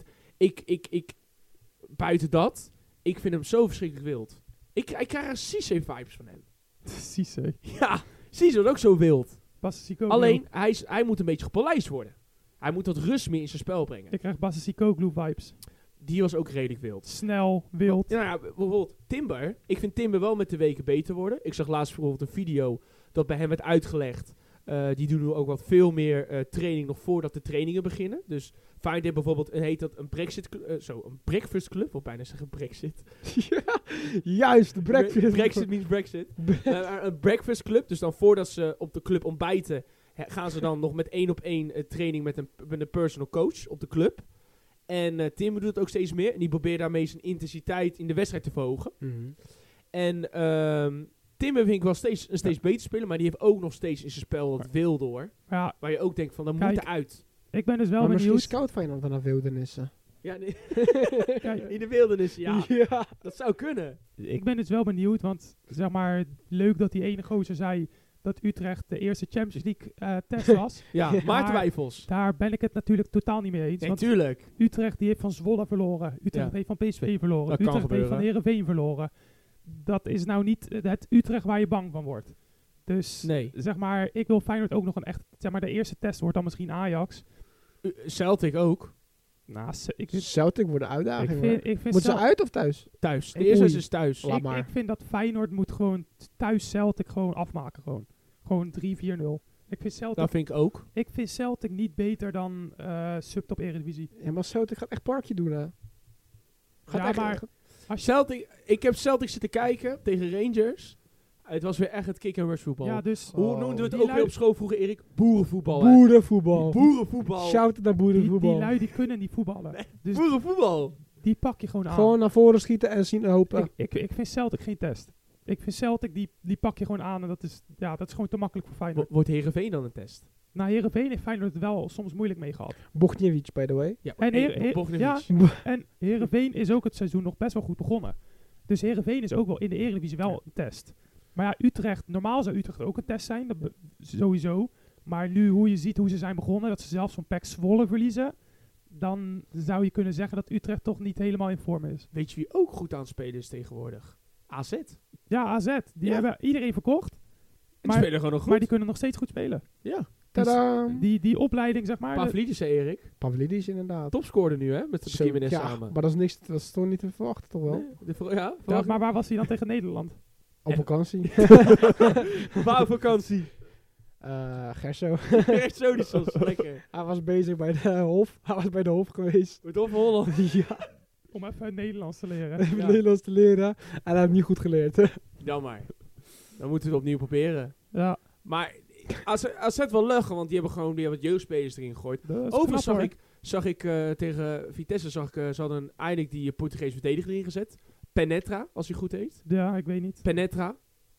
Speaker 1: buiten dat... Ik vind hem zo verschrikkelijk wild. Ik krijg er Cisse-vibes van hem.
Speaker 3: Cisse.
Speaker 1: Ja, Cisse wordt ook zo wild.
Speaker 3: Bassissikoglu.
Speaker 1: Alleen, hij moet een beetje gepolijst worden. Hij moet wat rust meer in zijn spel brengen.
Speaker 3: Ik krijg Bassissikoglu vibes.
Speaker 1: Die was ook redelijk wild.
Speaker 3: Snel, wild.
Speaker 1: Ja, bijvoorbeeld Timber. Ik vind Timber wel met de weken beter worden. Ik zag laatst bijvoorbeeld een video dat bij hem werd uitgelegd. Die doen nu ook wat veel meer training nog voordat de trainingen beginnen. Dus Feyenoord bijvoorbeeld, heet dat een een breakfast club. Of bijna zeggen Brexit.
Speaker 2: Ja, juist, de breakfast.
Speaker 1: Brexit means Brexit. Een breakfast club. Dus dan voordat ze op de club ontbijten, gaan ze dan nog met 1-op-1 training met een personal coach op de club. En Timber doet het ook steeds meer. En die probeert daarmee zijn intensiteit in de wedstrijd te verhogen.
Speaker 2: Mm-hmm.
Speaker 1: En Timber vind ik wel steeds beter spelen. Maar die heeft ook nog steeds in zijn spel dat wilde hoor.
Speaker 3: Ja.
Speaker 1: Waar je ook denkt van, dat moet eruit.
Speaker 3: Ik ben dus wel
Speaker 2: maar
Speaker 3: benieuwd.
Speaker 2: misschien scout Feyenoord dan naar wildernissen.
Speaker 1: Ja, nee.
Speaker 3: Kijk,
Speaker 1: in de wildernis, ja. Dat zou kunnen.
Speaker 3: Ik ben dus wel benieuwd, want zeg maar, leuk dat die ene gozer zei dat Utrecht de eerste Champions League test was.
Speaker 1: Ja, maar twijfels.
Speaker 3: Daar ben ik het natuurlijk totaal niet mee eens.
Speaker 1: Nee,
Speaker 3: want
Speaker 1: tuurlijk.
Speaker 3: Utrecht die heeft van Zwolle verloren. Utrecht heeft van PSV verloren.
Speaker 1: Dat
Speaker 3: Utrecht
Speaker 1: kan
Speaker 3: heeft van Heerenveen verloren. Dat is nou niet het Utrecht waar je bang van wordt. Dus
Speaker 1: nee.
Speaker 3: Zeg maar, ik wil Feyenoord ook nog een echt... Zeg maar, de eerste test wordt dan misschien Ajax.
Speaker 1: Celtic ook.
Speaker 3: Nou,
Speaker 2: Celtic wordt een uitdaging. Moeten ze uit of thuis?
Speaker 1: Thuis. De eerste is thuis.
Speaker 3: Ik vind dat Feyenoord moet gewoon thuis Celtic gewoon afmaken. Gewoon 3-4-0. Ik vind Celtic...
Speaker 1: Dat vind ik ook.
Speaker 3: Ik vind Celtic niet beter dan subtop Eredivisie.
Speaker 2: Ja, maar Celtic gaat echt parkje doen, hè?
Speaker 1: Ik heb Celtic zitten kijken tegen Rangers. Het was weer echt het kick-and-rush voetbal.
Speaker 3: Ja, dus...
Speaker 1: Hoe noemden we het ook weer op school vroeger, Erik? Boerenvoetbal.
Speaker 2: Boerenvoetbal. Shout naar boerenvoetbal.
Speaker 3: Die lui die kunnen niet voetballen.
Speaker 1: Nee,
Speaker 3: dus
Speaker 1: boerenvoetbal.
Speaker 3: Die pak je gewoon aan.
Speaker 2: Gewoon naar voren schieten en zien hopen.
Speaker 3: Ik vind Celtic geen test. Ik vind Celtic, die pak je gewoon aan en dat is gewoon te makkelijk voor Feyenoord.
Speaker 1: Wordt Heerenveen dan een test?
Speaker 3: Nou, Heerenveen heeft Feyenoord het wel soms moeilijk mee gehad.
Speaker 2: Bogniewicz, by the way.
Speaker 1: Ja,
Speaker 3: en Heerenveen is ook het seizoen nog best wel goed begonnen. Dus Heerenveen is ook wel in de Eredivisie wel een test. Maar ja, Utrecht, normaal zou Utrecht ook een test zijn, dat sowieso. Maar nu, hoe je ziet hoe ze zijn begonnen, dat ze zelfs van PEC Zwolle verliezen, dan zou je kunnen zeggen dat Utrecht toch niet helemaal in vorm is.
Speaker 1: Weet je wie ook goed aan het spelen is tegenwoordig? AZ. En
Speaker 3: Ja, AZ, die hebben iedereen verkocht,
Speaker 1: die spelen gewoon nog goed.
Speaker 3: maar die kunnen nog steeds goed spelen.
Speaker 1: Ja.
Speaker 2: Tadaa!
Speaker 3: Die opleiding, zeg maar.
Speaker 1: Pavlidis, Erik.
Speaker 2: Pavlidis inderdaad.
Speaker 1: Topscorer nu, hè? Met de Jiménez
Speaker 2: ja,
Speaker 1: samen.
Speaker 2: maar dat is niks, dat is toch niet te verwachten, toch wel?
Speaker 1: Nee,
Speaker 3: Ja, maar waar was hij dan tegen Nederland?
Speaker 2: Op vakantie.
Speaker 1: Wauw, vakantie.
Speaker 2: Gerso.
Speaker 1: Echt zo niet soms. Lekker.
Speaker 2: Hij was bezig bij de Hof. Hij was bij de Hof geweest.
Speaker 1: Met Hof Holland.
Speaker 2: Ja,
Speaker 3: Om even het Nederlands te leren.
Speaker 2: even Nederlands te leren. En hij heeft het niet goed geleerd.
Speaker 1: Jammer. Dan moeten we het opnieuw proberen.
Speaker 3: Ja.
Speaker 1: Maar AZ wel lachen, want die hebben wat jeugdspelers erin gegooid.
Speaker 3: Dat is
Speaker 1: Overigens
Speaker 3: knap, hoor.
Speaker 1: zag ik tegen Vitesse, ze hadden eindelijk die Portugese verdediger erin gezet. Penetra, als hij goed heet.
Speaker 3: Ja, ik weet niet.
Speaker 1: Penetra.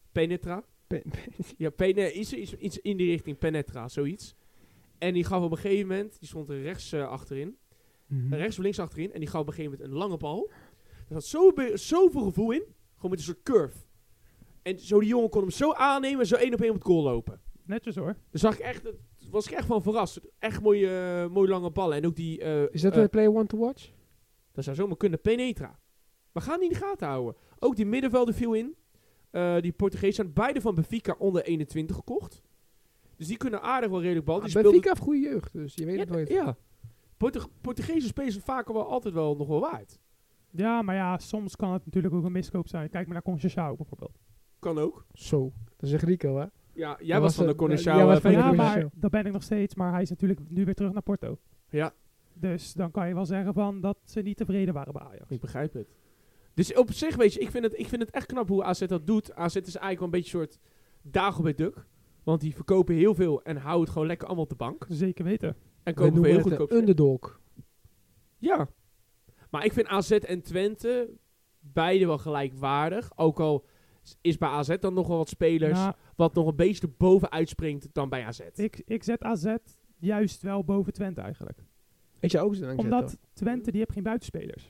Speaker 1: Ja, iets in die richting, Penetra, zoiets. En die gaf op een gegeven moment, die stond er rechts achterin. Rechts of links achterin. En die gaf op een gegeven moment een lange bal. Er zat zoveel gevoel in. Gewoon met een soort curve. En zo die jongen kon hem zo aannemen en zo 1 op 1 op het goal lopen.
Speaker 3: Netjes hoor.
Speaker 1: Daar zag ik echt, was ik echt van verrast. Echt mooie lange ballen. En ook die...
Speaker 2: Is dat een play one to watch?
Speaker 1: dat zou zomaar kunnen. Penetra. We gaan die in de gaten houden. Ook die middenvelder viel in. Die Portugezen zijn beide van Benfica onder 21 gekocht. Dus die kunnen aardig wel redelijk bal. Die
Speaker 2: Benfica heeft goede jeugd, dus je weet het nooit.
Speaker 1: Ja. Portugese spelers zijn vaker wel altijd wel nog wel waard.
Speaker 3: Ja, maar ja, soms kan het natuurlijk ook een miskoop zijn. Kijk maar naar Conceição bijvoorbeeld.
Speaker 1: Kan ook.
Speaker 2: Zo, dat is een Rico, hè?
Speaker 1: Ja, jij
Speaker 2: Dat
Speaker 1: was van de
Speaker 2: was,
Speaker 1: Coneixão.
Speaker 2: jij was van de
Speaker 3: Ja,
Speaker 2: Conceição.
Speaker 3: maar dat ben ik nog steeds. Maar hij is natuurlijk nu weer terug naar Porto.
Speaker 1: Ja,
Speaker 3: Dus dan kan je wel zeggen van dat ze niet tevreden waren bij Ajax.
Speaker 1: ik begrijp het. Dus op zich, weet je, ik vind het echt knap hoe AZ dat doet. AZ is eigenlijk wel een beetje een soort Dagobert Duck. Want die verkopen heel veel en houden het gewoon lekker allemaal op de bank.
Speaker 3: Zeker weten.
Speaker 1: En
Speaker 2: We
Speaker 1: kopen
Speaker 2: noemen
Speaker 1: heel
Speaker 2: het
Speaker 1: goedkoop.
Speaker 2: een underdog.
Speaker 1: Ja. Maar ik vind AZ en Twente beide wel gelijkwaardig. Ook al is bij AZ dan nog wel wat spelers
Speaker 3: Ja,
Speaker 1: wat nog een beetje erboven uitspringt dan bij AZ.
Speaker 3: ik zet AZ juist wel boven Twente eigenlijk.
Speaker 2: Ik zou ook zo denken.
Speaker 3: Omdat Twente die heeft geen buitenspelers.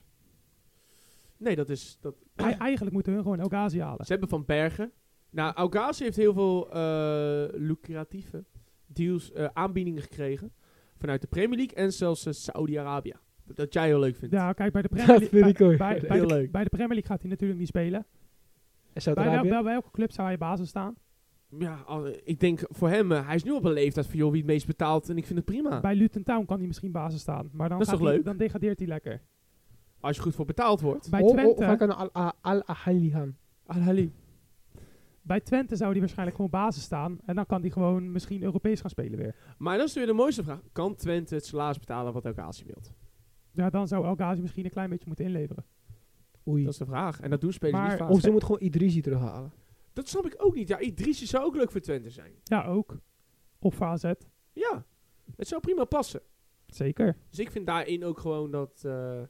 Speaker 1: Nee, dat is...
Speaker 3: Eigenlijk moeten hun gewoon Elgazi halen.
Speaker 1: Ze hebben Van Bergen. Nou, Algazi heeft heel veel lucratieve deals, aanbiedingen gekregen. Vanuit de Premier League en zelfs Saudi-Arabië. Dat jij heel leuk vindt.
Speaker 3: Ja, kijk, bij de
Speaker 2: Dat
Speaker 3: Premier
Speaker 2: vind ik ook.
Speaker 3: League,
Speaker 1: Heel leuk.
Speaker 3: bij de Premier League gaat hij natuurlijk niet spelen.
Speaker 2: En Saudi-Arabië?
Speaker 3: Bij welke club zou hij basis staan?
Speaker 1: Ja, ik denk voor hem, hij is nu op een leeftijd van joh, wie het meest betaalt en ik vind het prima.
Speaker 3: Bij Luton Town kan hij misschien basis staan. Maar dan,
Speaker 1: Dat is
Speaker 3: gaat
Speaker 1: toch
Speaker 3: hij-
Speaker 1: leuk?
Speaker 3: dan degradeert hij lekker.
Speaker 1: Als je goed voor betaald wordt.
Speaker 3: Bij
Speaker 2: Of
Speaker 3: Twente,
Speaker 2: hij kan naar Al-Ahly gaan.
Speaker 1: Al-Ahly.
Speaker 3: bij Twente zou hij waarschijnlijk gewoon basis staan. En dan kan hij gewoon misschien Europees gaan spelen weer.
Speaker 1: Maar dat is weer de mooiste vraag. Kan Twente het salaris betalen wat Algazi wilt?
Speaker 3: Ja, dan zou Elgazi misschien een klein beetje moeten inleveren.
Speaker 2: Oei.
Speaker 1: Dat is de vraag. En dat doen spelers
Speaker 3: Maar-
Speaker 1: niet vaak.
Speaker 2: Of ze moet gewoon Idrisi terughalen.
Speaker 1: Dat snap ik ook niet. Ja, Idrissi zou ook leuk voor Twente zijn.
Speaker 3: Ja, ook. Of voor AZ.
Speaker 1: Ja, het zou prima passen.
Speaker 3: Zeker.
Speaker 1: Dus ik vind daarin ook gewoon dat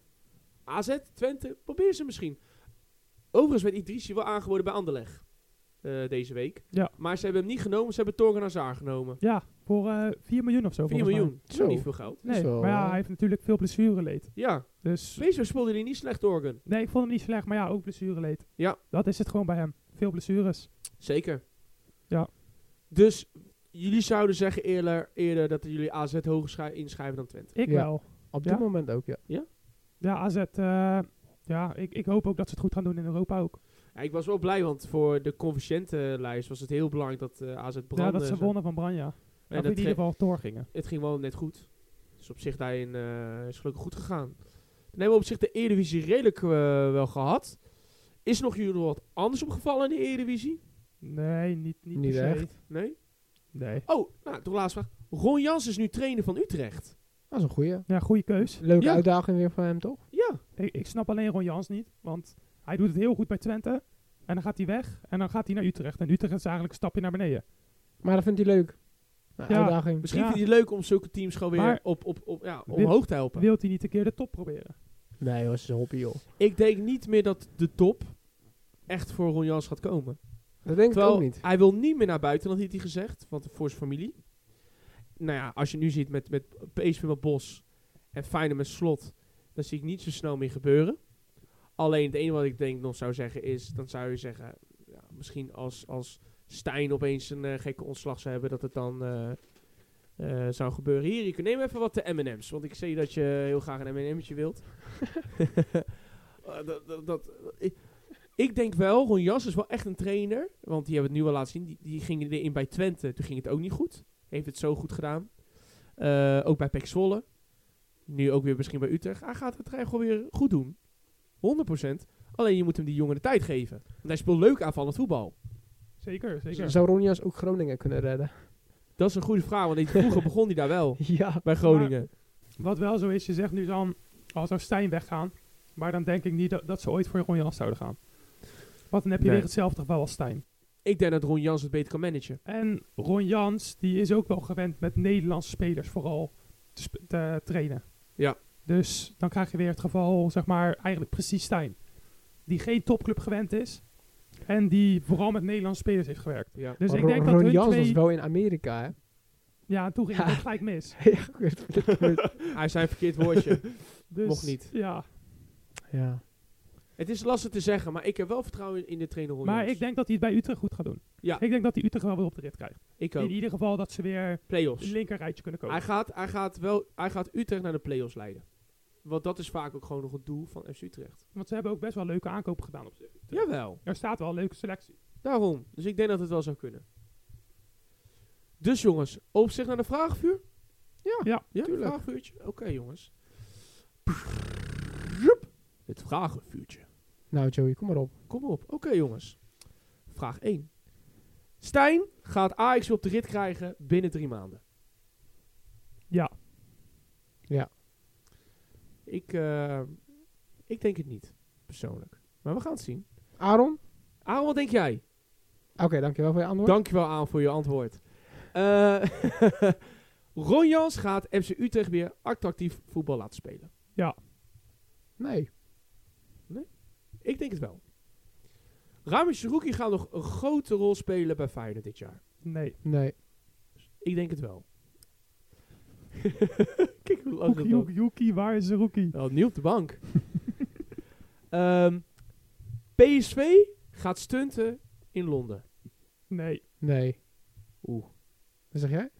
Speaker 1: AZ, Twente, probeer ze misschien. Overigens werd Idrissi wel aangeboden bij Anderlecht deze week.
Speaker 3: Ja.
Speaker 1: Maar ze hebben hem niet genomen, ze hebben Torgan Hazard genomen.
Speaker 3: Ja, voor 4 miljoen of zo.
Speaker 1: 4
Speaker 3: volgens mij.
Speaker 1: miljoen, dat is
Speaker 2: Zo.
Speaker 1: niet veel geld.
Speaker 3: Nee,
Speaker 2: Zo,
Speaker 3: maar ja, hij heeft natuurlijk veel blessureleed.
Speaker 1: Ja,
Speaker 3: Dus
Speaker 1: wees speelde hij niet slecht, Torgan.
Speaker 3: nee, ik vond hem niet slecht, maar ja, ook blessureleed.
Speaker 1: Ja.
Speaker 3: Dat is het gewoon bij hem. Veel blessures.
Speaker 1: Zeker.
Speaker 3: Ja.
Speaker 1: Dus jullie zouden zeggen eerder dat jullie AZ hoger inschrijven dan Twente.
Speaker 3: Ik
Speaker 2: Ja.
Speaker 3: wel.
Speaker 2: Op dit
Speaker 3: Ja.
Speaker 2: moment ook, ja.
Speaker 3: Ja, AZ. Ja, ik hoop ook dat ze het goed gaan doen in Europa ook.
Speaker 1: Ja, ik was wel blij, want voor de coëfficiëntenlijst was het heel belangrijk dat AZ brandde.
Speaker 3: Ja, dat ze wonnen van Branja.
Speaker 1: En
Speaker 3: Dat we in
Speaker 1: dat
Speaker 3: ieder geval doorgingen.
Speaker 1: het ging wel net goed. Dus op zich daarin is gelukkig goed gegaan. Dan hebben we op zich de Eredivisie redelijk wel gehad. Is nog jullie wat anders opgevallen in de Eredivisie?
Speaker 3: Nee, niet
Speaker 2: Niet
Speaker 3: per se.
Speaker 2: echt.
Speaker 1: Nee?
Speaker 3: Nee.
Speaker 1: Oh, nou, toch laatste vraag. Ron Jans is nu trainer van Utrecht.
Speaker 2: Dat is een goeie.
Speaker 3: Ja, goede keus.
Speaker 2: Leuke
Speaker 1: Ja.
Speaker 2: uitdaging weer voor hem, toch?
Speaker 1: Ja.
Speaker 3: Ik snap alleen Ron Jans niet. Want hij doet het heel goed bij Twente. En dan gaat hij weg. En dan gaat hij naar Utrecht. En Utrecht is eigenlijk een stapje naar beneden.
Speaker 2: Maar dat vindt hij leuk. Nou,
Speaker 3: Ja.
Speaker 2: uitdaging.
Speaker 1: Misschien
Speaker 3: Ja.
Speaker 1: vind je het leuk om zulke teams gewoon weer
Speaker 3: Maar-
Speaker 1: omhoog te helpen.
Speaker 3: Wilt hij niet een keer de top proberen?
Speaker 2: Nee, dat is een hobby, joh.
Speaker 1: Ik denk niet meer dat de top echt voor Ron Jans gaat komen.
Speaker 2: Dat denk ik
Speaker 1: Terwijl
Speaker 2: ook niet.
Speaker 1: hij wil niet meer naar buitenland, heeft hij gezegd. Want voor zijn familie. Nou ja, als je nu ziet met PSV met Bos en Feyenoord met Slot, dan zie ik niet zo snel meer gebeuren. Alleen het enige wat ik denk nog zou zeggen is, dan zou je zeggen, ja, misschien als Stijn opeens een gekke ontslag zou hebben, dat het dan zou gebeuren. Hier, ik neem even wat de M&M's. Want ik zie dat je heel graag een M&M'tje wilt. Ik denk wel, Ron Jans is wel echt een trainer. Want die hebben het nu al laten zien. Die ging erin bij Twente. Toen ging het ook niet goed. Heeft het zo goed gedaan. Ook bij PEC Zwolle. Nu ook weer misschien bij Utrecht. Hij gaat het gewoon weer goed doen. 100%. Alleen je moet hem die jongen de tijd geven. Want hij speelt leuk aanvallend voetbal.
Speaker 3: Zeker, zeker.
Speaker 2: Zou Ronjas ook Groningen kunnen redden?
Speaker 1: Dat is een goede vraag. Want vroeger begon hij daar wel.
Speaker 2: Ja.
Speaker 1: Bij Groningen.
Speaker 3: Wat wel zo is, je zegt nu dan, als zou Stijn weggaan. Maar dan denk ik niet dat ze ooit voor Ron Jans zouden gaan. Want dan heb je weer hetzelfde geval als Stijn.
Speaker 1: Ik denk dat Ron Jans het beter kan managen.
Speaker 3: En Ron Jans, die is ook wel gewend met Nederlandse spelers vooral te trainen.
Speaker 1: Ja.
Speaker 3: Dus dan krijg je weer het geval, zeg maar, eigenlijk precies Stijn. Die geen topclub gewend is. En die vooral met Nederlandse spelers heeft gewerkt.
Speaker 1: Ja.
Speaker 3: Dus
Speaker 2: Maar
Speaker 3: ik denk dat
Speaker 2: Ron
Speaker 3: hun
Speaker 2: Jans
Speaker 3: twee...
Speaker 2: was wel in Amerika, hè?
Speaker 3: Ja, en toen ging het ook gelijk mis.
Speaker 1: Hij zei een verkeerd woordje.
Speaker 3: Dus,
Speaker 1: Mocht niet.
Speaker 3: Ja.
Speaker 2: Ja.
Speaker 1: Het is lastig te zeggen, maar ik heb wel vertrouwen in de trainer Ron Jans.
Speaker 3: Maar ik denk dat hij het bij Utrecht goed gaat doen.
Speaker 1: Ja.
Speaker 3: Ik denk dat hij Utrecht wel weer op de rit krijgt.
Speaker 1: Ik ook.
Speaker 3: In ieder geval dat ze weer
Speaker 1: Play-offs.
Speaker 3: een linkerrijtje kunnen komen.
Speaker 1: Hij gaat Utrecht naar de play-offs leiden. Want dat is vaak ook gewoon nog het doel van FC Utrecht.
Speaker 3: Want ze hebben ook best wel leuke aankopen gedaan op zich.
Speaker 1: Jawel.
Speaker 3: Er staat wel een leuke selectie.
Speaker 1: Daarom. Dus ik denk dat het wel zou kunnen. Dus jongens, op zich naar de vraagvuur?
Speaker 3: Ja,
Speaker 2: tuurlijk.
Speaker 1: Vraagvuurtje? Oké, jongens. Het vragenvuurtje.
Speaker 2: Nou, Joey, kom maar op.
Speaker 1: Kom op. Oké, jongens. Vraag 1. Stijn gaat Ajax weer op de rit krijgen binnen 3 maanden.
Speaker 3: Ja.
Speaker 2: Ja.
Speaker 1: Ik denk het niet, persoonlijk. Maar we gaan het zien.
Speaker 2: Aaron?
Speaker 1: Aaron, wat denk jij?
Speaker 2: Oké, dankjewel voor je antwoord.
Speaker 1: Dankjewel, Aaron, voor je antwoord. Ron Jans gaat FC Utrecht weer attractief voetbal laten spelen.
Speaker 2: Nee.
Speaker 1: Ik denk het wel. Rami Serouki gaat nog een grote rol spelen bij Feyenoord dit jaar.
Speaker 3: Nee.
Speaker 1: Ik denk het wel. Kijk hoe lang het loopt.
Speaker 3: Yuki, waar is Serouki?
Speaker 1: Wel, nieuw op de bank. PSV gaat stunten in Londen.
Speaker 2: Nee.
Speaker 1: Oeh.
Speaker 2: Wat zeg jij?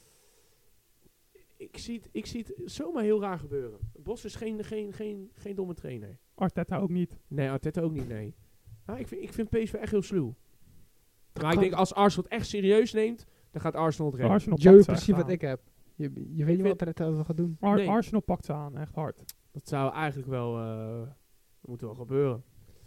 Speaker 1: Ik zie het zomaar heel raar gebeuren. Bos is geen domme trainer.
Speaker 3: Arteta ook niet.
Speaker 1: Nee, Arteta ook niet, nee. Nou, ik vind PSV echt heel sluw. Maar ik denk als Arsenal het echt serieus neemt, dan gaat Arsenal het redden.
Speaker 3: Arsenal
Speaker 2: Joey,
Speaker 3: pakt ze
Speaker 2: precies
Speaker 3: echt
Speaker 2: wat
Speaker 3: aan.
Speaker 2: ik heb. Je weet niet wat Arteta gaat doen.
Speaker 1: Nee.
Speaker 3: Arsenal pakt ze aan, echt hard.
Speaker 1: Dat zou eigenlijk wel moeten wel gebeuren.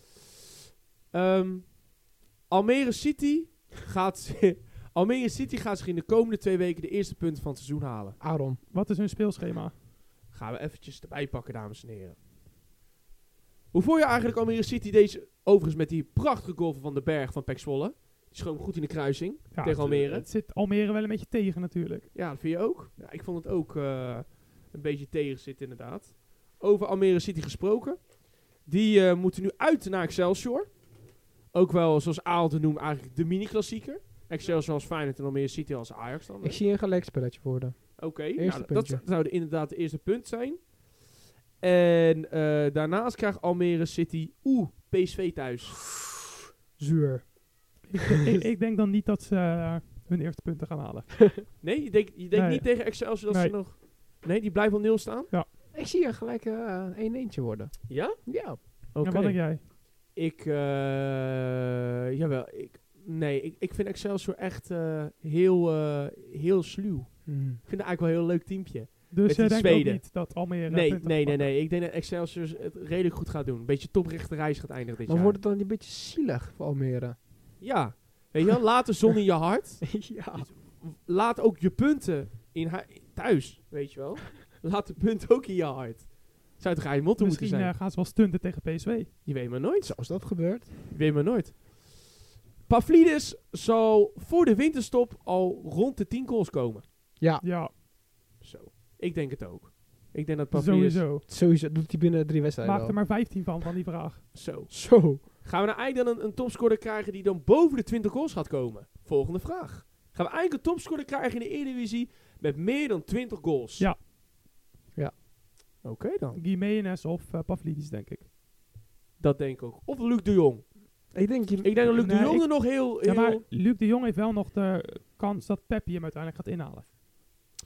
Speaker 1: Almere City gaat zich in de komende 2 weken de eerste punten van het seizoen halen.
Speaker 2: Aaron.
Speaker 3: Wat is hun speelschema?
Speaker 1: Gaan we eventjes erbij pakken, dames en heren. Hoe vond je eigenlijk Almere City deze, overigens met die prachtige goal van Van den Berg van PEC Zwolle? Die schoot goed in de kruising tegen Almere.
Speaker 3: Het zit Almere wel een beetje tegen natuurlijk.
Speaker 1: Ja, dat vind je ook? Ja, ik vond het ook een beetje tegenzitten inderdaad. Over Almere City gesproken. Die moeten nu uit naar Excelsior. Ook wel, zoals Aalten noemt, eigenlijk de mini-klassieker. Excelsior als Feyenoord en Almere City als Ajax dan.
Speaker 2: Ik zie een gelijkspelletje worden.
Speaker 1: Oké,
Speaker 2: Eerste
Speaker 1: dat
Speaker 2: puntje.
Speaker 1: zou inderdaad de eerste punt zijn. En daarnaast krijgt Almere City PSV thuis.
Speaker 2: Zuur.
Speaker 3: ik denk dan niet dat ze hun eerste punten gaan halen.
Speaker 1: Nee, je denkt
Speaker 3: Nee.
Speaker 1: niet tegen Excelsior dat
Speaker 3: Nee.
Speaker 1: ze nog... Nee, die blijven op 0 staan?
Speaker 2: Ik zie er gelijk 1-1 worden.
Speaker 1: Ja?
Speaker 2: Ja.
Speaker 1: Oké.
Speaker 3: En wat denk jij?
Speaker 1: Jawel. Ik vind Excelsior echt heel sluw. Ik vind het eigenlijk wel een heel leuk teampje.
Speaker 3: Dus
Speaker 1: Met
Speaker 3: jij
Speaker 1: die
Speaker 3: denkt ook
Speaker 1: Zweden.
Speaker 3: niet dat Almere...
Speaker 1: Nee. Ik denk dat Excelsior het redelijk goed gaat doen. Een beetje toprechte reis gaat eindigen dit
Speaker 2: Maar
Speaker 1: jaar.
Speaker 2: wordt het dan niet een beetje zielig voor Almere?
Speaker 1: Ja. Weet je wel, laat de zon in je hart.
Speaker 2: Ja.
Speaker 1: Laat ook je punten thuis, weet je wel. Laat de punten ook in je hart. Zou toch eigenlijk motto moeten
Speaker 3: Misschien
Speaker 1: zijn?
Speaker 3: gaan ze wel stunten tegen PSV.
Speaker 1: Je weet maar nooit.
Speaker 2: Zoals dat gebeurt.
Speaker 1: Je weet maar nooit. Pavlidis zal voor de winterstop al rond de 10 goals komen.
Speaker 3: Ja,
Speaker 1: Zo. Ik denk het ook. Ik denk dat Pavlidis...
Speaker 3: sowieso.
Speaker 2: Sowieso doet hij binnen 3 wedstrijden
Speaker 3: Maak er maar 15 van die vraag.
Speaker 1: Zo.
Speaker 2: Zo.
Speaker 1: Gaan we nou eigenlijk dan een topscorer krijgen die dan boven de 20 goals gaat komen? Volgende vraag. Gaan we eigenlijk een topscorer krijgen in de Eredivisie met meer dan 20 goals?
Speaker 3: Ja.
Speaker 1: Oké dan.
Speaker 3: Gimenez of Pavlidis, denk ik.
Speaker 1: Dat denk ik ook. Of Luc de Jong.
Speaker 2: Ik denk
Speaker 1: Ik denk dat Luc de
Speaker 3: Nee,
Speaker 1: Jong er nog heel...
Speaker 3: Ja, maar Luc de Jong heeft wel nog de kans dat Peppi hem uiteindelijk gaat inhalen.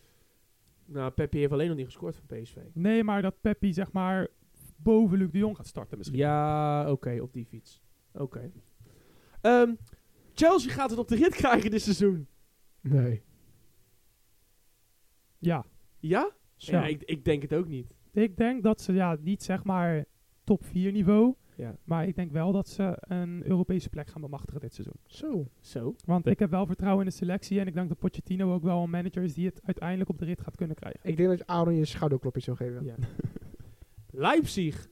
Speaker 1: Nou, Peppi heeft alleen nog niet gescoord van PSV.
Speaker 3: Nee, maar dat Peppi zeg maar boven Luc de Jong gaat starten misschien.
Speaker 1: Ja, oké, op die fiets. Oké. Chelsea gaat het op de rit krijgen dit seizoen.
Speaker 2: Nee.
Speaker 3: Ja.
Speaker 1: Ja?
Speaker 3: Zo.
Speaker 1: Ja, ik denk het ook niet.
Speaker 3: Ik denk dat ze niet zeg maar top 4 niveau,
Speaker 1: Ja.
Speaker 3: maar ik denk wel dat ze een Europese plek gaan bemachtigen dit seizoen.
Speaker 1: Zo.
Speaker 3: Want ik heb wel vertrouwen in de selectie en ik denk dat Pochettino ook wel een manager is die het uiteindelijk op de rit gaat kunnen krijgen.
Speaker 2: Ik denk dat Aaron je schouderklopje zou geven.
Speaker 1: Ja. Leipzig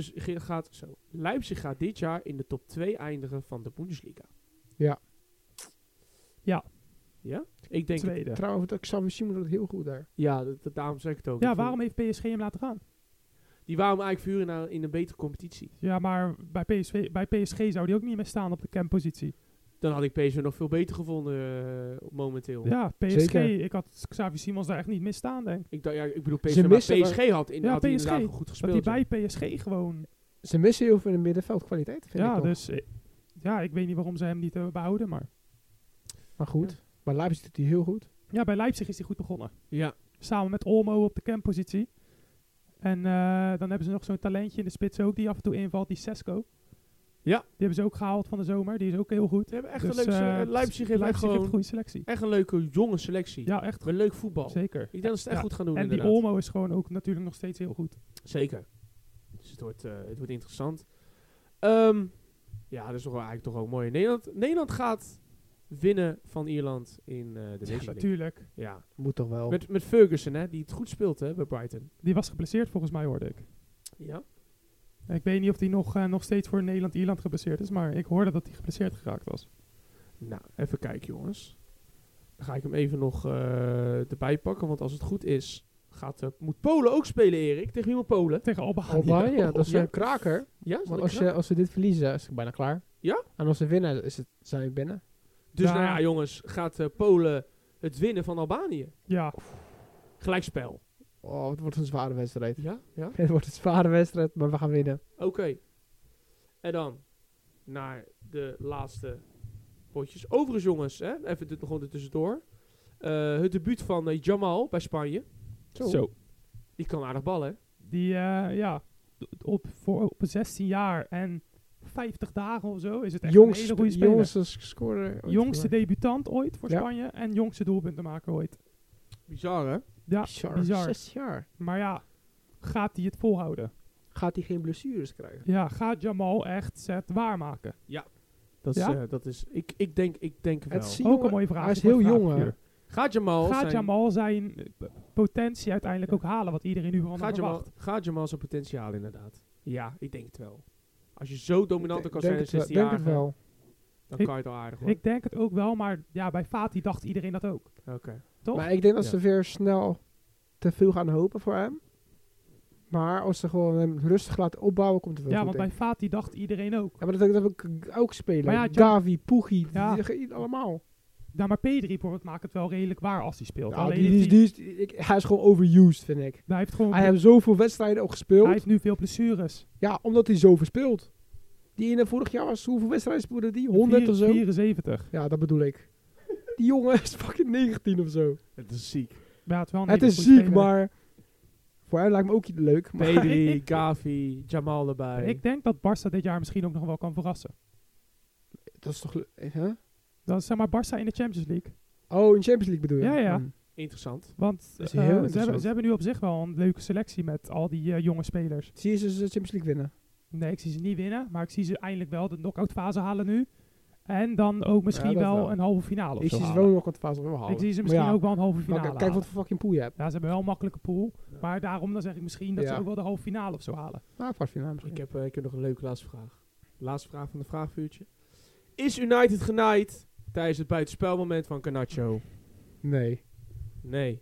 Speaker 1: gaat dit jaar in de top 2 eindigen van de Bundesliga.
Speaker 2: Ja.
Speaker 3: Ja.
Speaker 1: Ja? Ik denk
Speaker 3: Tweede.
Speaker 2: Trouwens, Xavi Simons doet het heel goed daar.
Speaker 1: Ja, daarom zeg ik het ook.
Speaker 3: Ja,
Speaker 1: Ik
Speaker 3: waarom
Speaker 1: vind-
Speaker 3: heeft PSG hem laten gaan?
Speaker 1: Die wou hem eigenlijk vuren naar in een betere competitie.
Speaker 3: Ja, maar bij PSG zou die ook niet meer staan op de camppositie.
Speaker 1: Dan had ik PSV nog veel beter gevonden momenteel.
Speaker 3: Ja, PSG,
Speaker 2: Zeker.
Speaker 3: ik had Xavi Simons daar echt niet meer staan, denk ik.
Speaker 1: Ik bedoel
Speaker 2: Ze
Speaker 1: PSV, maar
Speaker 2: missen
Speaker 1: PSG had
Speaker 3: Ja,
Speaker 1: hij
Speaker 3: PSG.
Speaker 1: inderdaad goed
Speaker 3: Dat
Speaker 1: gespeeld.
Speaker 3: hij bij PSG gewoon...
Speaker 2: Ze missen heel veel in het middenveld kwaliteit, vind ik
Speaker 3: Ja,
Speaker 2: nog.
Speaker 3: dus... Ja, ik weet niet waarom ze hem niet behouden, maar...
Speaker 2: Maar goed. Maar Leipzig doet hij heel goed.
Speaker 3: Ja, bij Leipzig is hij goed begonnen.
Speaker 1: Ja.
Speaker 3: Samen met Olmo op de camppositie. En dan hebben ze nog zo'n talentje in de spits ook, die af en toe invalt, die Sesko.
Speaker 1: Ja.
Speaker 3: Die hebben ze ook gehaald van de zomer, die is ook heel goed.
Speaker 1: Ze hebben echt
Speaker 3: Dus,
Speaker 1: een leuke... Leipzig heeft echt
Speaker 3: heeft
Speaker 1: gewoon
Speaker 3: een goede selectie.
Speaker 1: echt een leuke jonge selectie.
Speaker 3: Ja, echt
Speaker 1: Met leuk voetbal.
Speaker 3: zeker.
Speaker 1: Ik denk dat ze het echt
Speaker 3: Ja.
Speaker 1: goed gaan doen
Speaker 3: En die
Speaker 1: inderdaad.
Speaker 3: Olmo is gewoon ook natuurlijk nog steeds heel goed.
Speaker 1: Zeker. Dus het wordt interessant. Ja, dat is toch wel eigenlijk toch ook mooi. Nederland gaat winnen van Ierland in de Nations League.
Speaker 3: Natuurlijk.
Speaker 1: Ja.
Speaker 2: Moet toch wel.
Speaker 1: Met Ferguson, hè, die het goed speelt hè, bij Brighton.
Speaker 3: Die was geblesseerd volgens mij, hoorde ik.
Speaker 1: Ja.
Speaker 3: Ik weet niet of die nog steeds voor Nederland-Ierland geblesseerd is, maar ik hoorde dat hij geblesseerd geraakt was.
Speaker 1: Nou, even kijken jongens. Dan ga ik hem even nog erbij pakken, want als het goed is, moet Polen ook spelen, Erik. Tegen wie moet Polen?
Speaker 3: Tegen Albanië.
Speaker 2: Albanië, dat is
Speaker 1: Ja.
Speaker 2: een kraker.
Speaker 1: Ja,
Speaker 2: Want als ze dit verliezen, is het bijna klaar.
Speaker 1: Ja?
Speaker 2: En als ze winnen, zijn we binnen.
Speaker 1: Dus
Speaker 3: Ja.
Speaker 1: nou ja, jongens, gaat Polen het winnen van Albanië?
Speaker 3: Ja,
Speaker 1: Gelijkspel.
Speaker 2: Oh, het wordt een zware wedstrijd.
Speaker 1: Ja? Ja?
Speaker 2: Het wordt een zware wedstrijd, maar we gaan winnen.
Speaker 1: Oké. En dan naar de laatste potjes. Overigens jongens, hè, even dit nog gewoon er tussendoor. Het debuut van Jamal bij Spanje.
Speaker 3: zo.
Speaker 1: Die kan aardig ballen, hè?
Speaker 3: Die, op 16 jaar en 50 dagen of zo is het echt een hele goede speler.
Speaker 2: Jongste scorer. ooit
Speaker 3: Jongste
Speaker 2: voor
Speaker 3: debutant ooit voor
Speaker 2: Ja.
Speaker 3: Spanje en jongste doelpuntenmaker ooit.
Speaker 1: Bizar, hè?
Speaker 3: Ja,
Speaker 2: Bizar.
Speaker 3: bizar.
Speaker 2: 6 jaar.
Speaker 3: Maar ja, gaat hij het volhouden?
Speaker 2: Gaat hij geen blessures krijgen?
Speaker 3: Ja, gaat Jamal echt het waarmaken?
Speaker 1: Dat is ik denk wel.
Speaker 2: Het is- Die
Speaker 3: Ook
Speaker 2: jongen,
Speaker 3: een mooie vraag.
Speaker 2: hij is
Speaker 3: voor het
Speaker 2: heel jong,
Speaker 3: vragenuur.
Speaker 1: Gaat Jamal
Speaker 3: Gaat
Speaker 1: zijn,
Speaker 3: Jamal zijn potentie uiteindelijk ook halen, wat iedereen nu van hem verwacht?
Speaker 1: gaat Jamal zijn potentiaal inderdaad? Ja, ik denk het wel. Als je zo dominant kan zijn
Speaker 2: denk
Speaker 1: als
Speaker 2: het wel,
Speaker 1: 16
Speaker 2: denk het
Speaker 1: jaar,
Speaker 2: wel.
Speaker 1: dan
Speaker 3: Ik-
Speaker 1: kan je het al aardig hoor.
Speaker 3: Ik denk het ook wel, maar ja, bij Fati dacht iedereen dat ook.
Speaker 1: Oké.
Speaker 3: Toch?
Speaker 2: Maar ik denk dat
Speaker 1: Ja.
Speaker 2: ze weer snel te veel gaan hopen voor hem. Maar als ze gewoon hem rustig laten opbouwen, komt het wel
Speaker 3: Ja,
Speaker 2: goed.
Speaker 3: want bij
Speaker 2: denk ik.
Speaker 3: Fati dacht iedereen ook.
Speaker 2: Ja, maar dat heb ik ook spelen.
Speaker 3: Maar ja,
Speaker 2: Gavi, Puggi,
Speaker 3: Ja.
Speaker 2: allemaal.
Speaker 3: Nou, maar Pedri bijvoorbeeld maakt het wel redelijk waar als hij speelt.
Speaker 2: Ja,
Speaker 3: Alleen
Speaker 2: hij is gewoon overused, vind ik.
Speaker 3: hij heeft gewoon
Speaker 2: Hij heeft zoveel wedstrijden ook gespeeld.
Speaker 3: hij heeft nu veel blessures.
Speaker 2: Ja, omdat hij zoveel speelt. Die ene vorig jaar was, hoeveel wedstrijden speelde die? 100 of zo?
Speaker 3: 74.
Speaker 2: Ja, dat bedoel ik. Die jongen is fucking 19 of zo.
Speaker 1: Het is ziek.
Speaker 3: Ja, het is wel een
Speaker 2: Het
Speaker 3: hele
Speaker 2: is
Speaker 3: goede
Speaker 2: ziek,
Speaker 3: speler.
Speaker 2: maar voor hem lijkt me ook leuk. Maar
Speaker 1: Pedri, Gavi, Jamal erbij.
Speaker 3: Ik denk dat Barça dit jaar misschien ook nog wel kan verrassen.
Speaker 2: dat is toch... Huh?
Speaker 3: Dat is zeg maar Barça in de Champions League.
Speaker 2: Oh, in Champions League bedoel je?
Speaker 3: Ja, ja.
Speaker 2: Hmm.
Speaker 1: Interessant.
Speaker 3: Want
Speaker 2: Dat is heel
Speaker 3: ze
Speaker 2: interessant.
Speaker 3: hebben nu op zich wel een leuke selectie met al die jonge spelers.
Speaker 2: Zie je ze de Champions League winnen?
Speaker 3: Nee, ik zie ze niet winnen, maar ik zie ze eindelijk wel de knock-out fase halen nu. En dan ook misschien
Speaker 2: Ja, dat
Speaker 3: wel
Speaker 2: wel.
Speaker 3: een halve finale of
Speaker 2: Ik
Speaker 3: zo
Speaker 2: zie ze
Speaker 3: halen.
Speaker 2: wel nog wat fase wel halen.
Speaker 3: Ik zie ze
Speaker 2: Maar
Speaker 3: misschien
Speaker 2: ja,
Speaker 3: ook wel een halve
Speaker 2: maar
Speaker 3: finale
Speaker 2: kijk
Speaker 3: halen.
Speaker 2: wat voor fucking pool je hebt.
Speaker 3: Ja, ze hebben wel een makkelijke pool. Maar daarom dan zeg ik misschien dat
Speaker 2: Ja.
Speaker 3: ze ook wel de halve finale of zo halen.
Speaker 2: Nou, kwartfinale misschien.
Speaker 1: Ik heb nog een leuke laatste vraag. Laatste vraag van de vraagvuurtje. Is United genaaid tijdens het buitenspelmoment van Garnacho?
Speaker 2: Nee.
Speaker 1: Nee.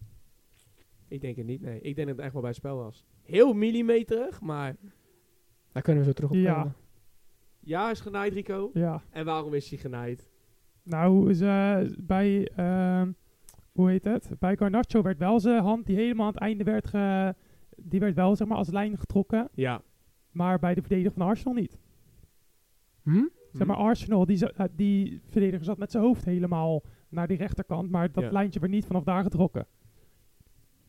Speaker 1: Ik denk het niet, nee. Ik denk dat het echt wel bij het spel was. Heel millimeterig, maar...
Speaker 2: Daar kunnen we zo terug op
Speaker 3: Ja.
Speaker 2: komen.
Speaker 1: Ja, is genaaid, Rico.
Speaker 3: Ja.
Speaker 1: En waarom is hij genaaid?
Speaker 3: Nou, bij... hoe heet het? Bij Garnacho werd wel zijn hand die helemaal aan het einde werd die werd wel zeg maar als lijn getrokken.
Speaker 1: Ja.
Speaker 3: Maar bij de verdediger van Arsenal niet.
Speaker 2: Hm?
Speaker 3: Zeg maar Arsenal, die verdediger zat met zijn hoofd helemaal naar die rechterkant. Maar dat
Speaker 1: Ja.
Speaker 3: lijntje werd niet vanaf daar getrokken.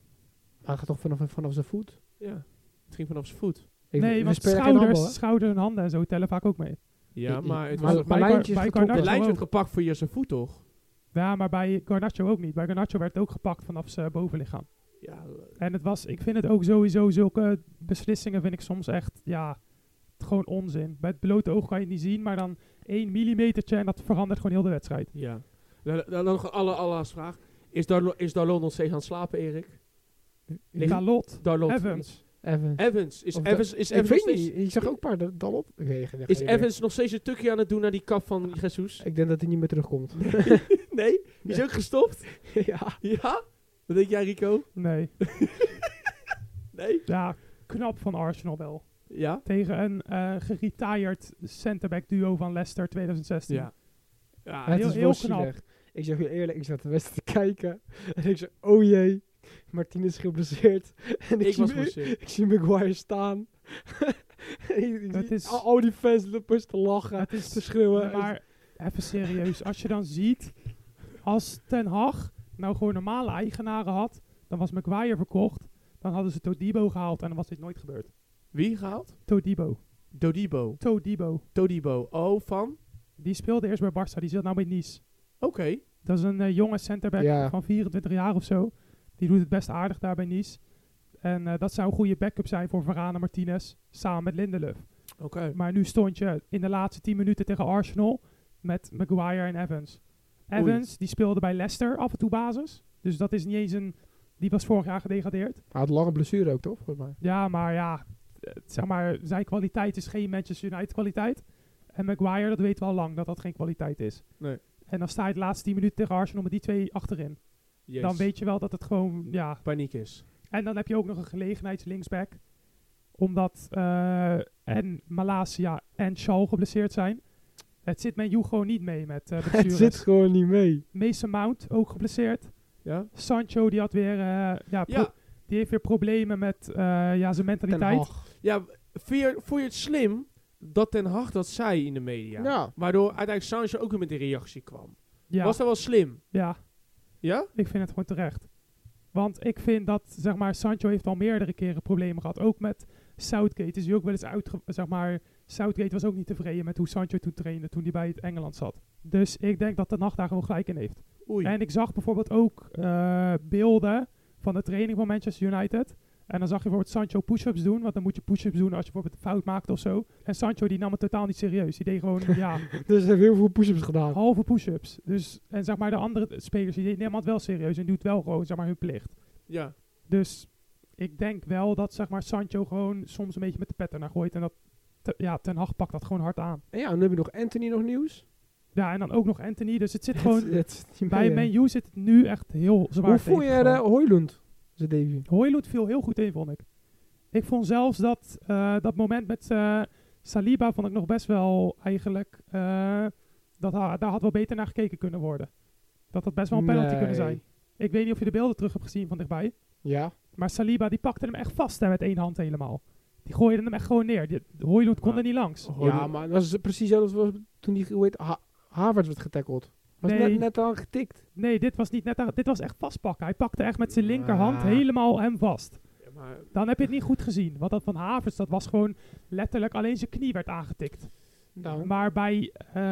Speaker 2: Hij gaat toch vanaf zijn voet?
Speaker 1: Ja, het ging vanaf zijn voet.
Speaker 3: Nee,
Speaker 2: We
Speaker 3: want
Speaker 2: spelen geen handbal, hè?
Speaker 3: schouders en handen en zo tellen vaak ook mee.
Speaker 1: Ja, maar het
Speaker 2: Maar-
Speaker 1: was
Speaker 2: maar
Speaker 3: bij
Speaker 2: lijntjes
Speaker 3: bij
Speaker 2: getrokken.
Speaker 1: het
Speaker 3: Garnacho
Speaker 1: lijntje werd
Speaker 3: ook.
Speaker 1: gepakt voor zijn voet, toch?
Speaker 3: Ja, maar bij Garnacho ook niet. Bij Garnacho werd het ook gepakt vanaf zijn bovenlichaam.
Speaker 1: Ja,
Speaker 3: En ik vind het ook sowieso, zulke beslissingen vind ik soms echt, gewoon onzin. Bij het blote oog kan je het niet zien, maar dan 1 millimetertje en dat verandert gewoon heel de wedstrijd.
Speaker 1: ja. Dan nog een allerlaatste vraag. Is Darlon nog steeds aan het slapen, Erik? Nee.
Speaker 3: Dalot,
Speaker 1: Evans.
Speaker 3: Evans.
Speaker 1: Is
Speaker 2: Of
Speaker 1: Evans
Speaker 2: ik
Speaker 1: nog
Speaker 2: weet
Speaker 1: steeds...
Speaker 2: niet. Je zag ook een paar Dalot.
Speaker 1: Is Evans nog steeds een tukje aan het doen naar die kap van Jesus?
Speaker 2: Ik denk dat hij niet meer terugkomt.
Speaker 1: Nee? Die is ook gestopt?
Speaker 2: Ja.
Speaker 1: Ja? Wat denk jij, Rico?
Speaker 3: Nee.
Speaker 1: Nee?
Speaker 3: Ja, knap van Arsenal wel.
Speaker 1: Ja?
Speaker 3: Tegen een geretired centerback duo van Leicester 2016.
Speaker 1: Ja. Ja,
Speaker 2: Het
Speaker 3: heel-
Speaker 2: is
Speaker 3: heel
Speaker 2: wel
Speaker 3: knap.
Speaker 2: zielig. Ik zeg je eerlijk, ik zat de wedstrijd te kijken. En ik zei, oh jee. Martinez is geblesseerd. En
Speaker 1: ik was
Speaker 2: zie,
Speaker 1: geblesseerd.
Speaker 2: ik zie Maguire staan. Ik
Speaker 3: Het
Speaker 2: zie
Speaker 3: is-
Speaker 2: al die fans lopen te lachen,
Speaker 3: Het is
Speaker 2: te schreeuwen.
Speaker 3: Maar even serieus, als je dan ziet, als Ten Hag nou gewoon normale eigenaren had, dan was Maguire verkocht, dan hadden ze Todibo gehaald en dan was dit nooit gebeurd.
Speaker 1: Wie gehaald?
Speaker 3: Todibo.
Speaker 1: Todibo. Oh, van?
Speaker 3: Die speelde eerst bij Barça, die zit nou bij Nice.
Speaker 1: Oké.
Speaker 3: Dat is een jonge centerback
Speaker 2: Ja.
Speaker 3: van 24 jaar of zo. Die doet het best aardig daar bij Nice. En dat zou een goede backup zijn voor Varane Martinez, samen met Lindelöf.
Speaker 1: Oké.
Speaker 3: Maar nu stond je in de laatste 10 minuten tegen Arsenal met Maguire en Evans. Evans, die speelde bij Leicester af en toe basis. Dus dat is niet eens een... Die was vorig jaar gedegradeerd.
Speaker 2: Hij had lange blessure ook, toch? Volgens mij.
Speaker 3: Ja, maar zeg maar, zijn kwaliteit is geen Manchester United kwaliteit. En Maguire, dat weten we al lang, dat dat geen kwaliteit is.
Speaker 1: Nee.
Speaker 3: En dan sta je de laatste 10 minuten tegen Arsenal met die twee achterin.
Speaker 1: Yes.
Speaker 3: Dan weet je wel dat het gewoon,
Speaker 1: Paniek is.
Speaker 3: En dan heb je ook nog een gelegenheidslinksback. Omdat en Malasia en Shaw geblesseerd zijn. Het zit met gewoon niet mee met
Speaker 2: Het
Speaker 3: blessures.
Speaker 2: zit gewoon niet mee.
Speaker 3: Mason Mount ook geblesseerd.
Speaker 1: Ja?
Speaker 3: Sancho die had weer, die heeft weer problemen met zijn
Speaker 2: Ten
Speaker 3: mentaliteit.
Speaker 2: Hag.
Speaker 1: Ja, vond je het slim dat Ten Hag dat zei in de media?
Speaker 2: Ja.
Speaker 1: Waardoor uiteindelijk Sancho ook weer met die reactie kwam.
Speaker 3: Ja,
Speaker 1: Was dat wel slim?
Speaker 3: ja,
Speaker 1: Ja?
Speaker 3: ik vind het gewoon terecht. Want ik vind dat, zeg maar, Sancho heeft al meerdere keren problemen gehad. Ook met Southgate is hij ook wel eens Southgate was ook niet tevreden met hoe Sancho toen trainde toen hij bij het Engeland zat. Dus ik denk dat Ten Hag daar gewoon gelijk in heeft.
Speaker 1: Oei.
Speaker 3: En ik zag bijvoorbeeld ook beelden van de training van Manchester United. En dan zag je bijvoorbeeld Sancho push-ups doen. Want dan moet je push-ups doen als je bijvoorbeeld een fout maakt of zo. En Sancho die nam het totaal niet serieus. Die deed gewoon,
Speaker 2: Dus hij heeft heel veel push-ups gedaan.
Speaker 3: halve push-ups. Dus, en zeg maar de andere spelers, die nemen het wel serieus. En doet wel gewoon, zeg maar, hun plicht.
Speaker 1: Ja.
Speaker 3: Dus ik denk wel dat, zeg maar, Sancho gewoon soms een beetje met de pet ernaar gooit. En dat, Ten Hag pakt dat gewoon hard aan.
Speaker 2: En ja, en dan heb je nog Anthony nog nieuws.
Speaker 3: Ja, en dan ook nog Anthony. Dus het zit gewoon,
Speaker 2: Het zit niet
Speaker 3: bij
Speaker 2: mee, hè.
Speaker 3: Man U zit het nu echt heel zwaar.
Speaker 2: Hoe vond je
Speaker 3: tegengevallen.
Speaker 2: Højlund, zei Davy?
Speaker 3: Højlund viel heel goed in, vond ik. Ik vond zelfs dat moment met Saliba vond ik nog best wel eigenlijk... daar had wel beter naar gekeken kunnen worden. Dat had best wel een penalty
Speaker 2: Nee.
Speaker 3: kunnen zijn. Ik weet niet of je de beelden terug hebt gezien van dichtbij.
Speaker 2: Ja.
Speaker 3: Maar Saliba die pakte hem echt vast hè, met één hand helemaal. Die gooide hem echt gewoon neer. Højlund kon
Speaker 1: Maar-
Speaker 3: er niet langs.
Speaker 2: Ja, maar dat was precies zoals toen die, hoe heet, Havertz werd getackeld. Was
Speaker 3: Nee.
Speaker 2: net al getikt.
Speaker 3: Nee, dit was niet net dit was echt vastpakken. Hij pakte echt met zijn linkerhand
Speaker 2: Ah.
Speaker 3: helemaal hem vast.
Speaker 1: Ja, maar
Speaker 3: Dan heb je het niet goed gezien. Want dat van Havertz, dat was gewoon letterlijk alleen zijn knie werd aangetikt.
Speaker 2: Nou,
Speaker 3: Maar bij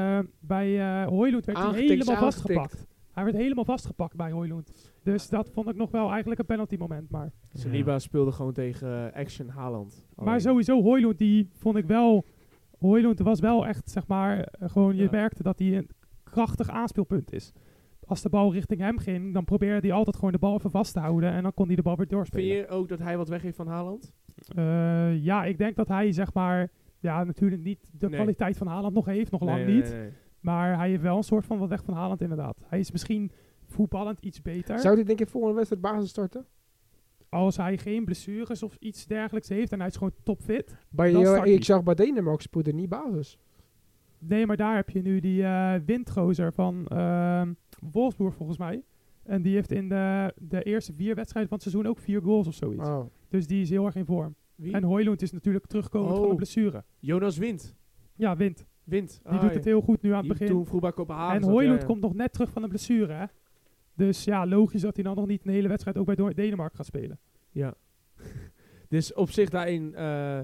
Speaker 3: Højlund werd hij
Speaker 2: Aangetikt is
Speaker 3: helemaal
Speaker 2: aangetikt.
Speaker 3: vastgepakt. Hij werd helemaal vastgepakt bij Højlund. Dus dat vond ik nog wel eigenlijk een penalty moment. Maar
Speaker 1: Saliba speelde gewoon tegen Action Haaland.
Speaker 3: Maar sowieso, Højlund, die vond ik wel... Højlund was wel echt, zeg maar... gewoon, je
Speaker 1: Ja.
Speaker 3: merkte dat hij een krachtig aanspeelpunt is. Als de bal richting hem ging, dan probeerde hij altijd gewoon de bal even vast te houden. En dan kon hij de bal weer
Speaker 1: Vind
Speaker 3: doorspelen.
Speaker 1: je ook dat hij wat weggeeft van Haaland?
Speaker 3: Ja, ik denk dat hij, zeg maar... Ja, natuurlijk niet de
Speaker 1: Nee.
Speaker 3: kwaliteit van Haaland nog heeft. Nog lang
Speaker 1: Nee,
Speaker 3: niet.
Speaker 1: nee.
Speaker 3: Maar hij heeft wel een soort van wat weg van Haaland, inderdaad. Hij is misschien voetballend iets beter.
Speaker 2: zou hij denk je volgende wedstrijd basis starten?
Speaker 3: Als hij geen blessures of iets dergelijks heeft en hij is gewoon topfit.
Speaker 2: Bij,
Speaker 3: Dan start
Speaker 2: ik
Speaker 3: hij.
Speaker 2: zag bij Denemarken spoelde niet basis.
Speaker 3: Nee, maar daar heb je nu die windgozer van Wolfsburg volgens mij. En die heeft in de eerste 4 wedstrijden van het seizoen ook 4 goals of zoiets.
Speaker 2: Oh.
Speaker 3: Dus die is heel erg in vorm.
Speaker 1: Wie?
Speaker 3: En Højlund is natuurlijk terugkomend van
Speaker 1: Oh.
Speaker 3: de blessure.
Speaker 1: Jonas Wind.
Speaker 3: Ja, Wind.
Speaker 1: Wind.
Speaker 3: Die doet het heel goed nu aan het
Speaker 1: Die
Speaker 3: begin.
Speaker 1: toen vroeg bij Kopenhagen
Speaker 3: En
Speaker 1: zat,
Speaker 3: Højlund
Speaker 1: ja, ja.
Speaker 3: komt nog net terug van de blessure, hè. Dus ja, logisch dat hij dan nog niet een hele wedstrijd ook bij Denemarken gaat spelen.
Speaker 1: Ja. Dus op zich daarin...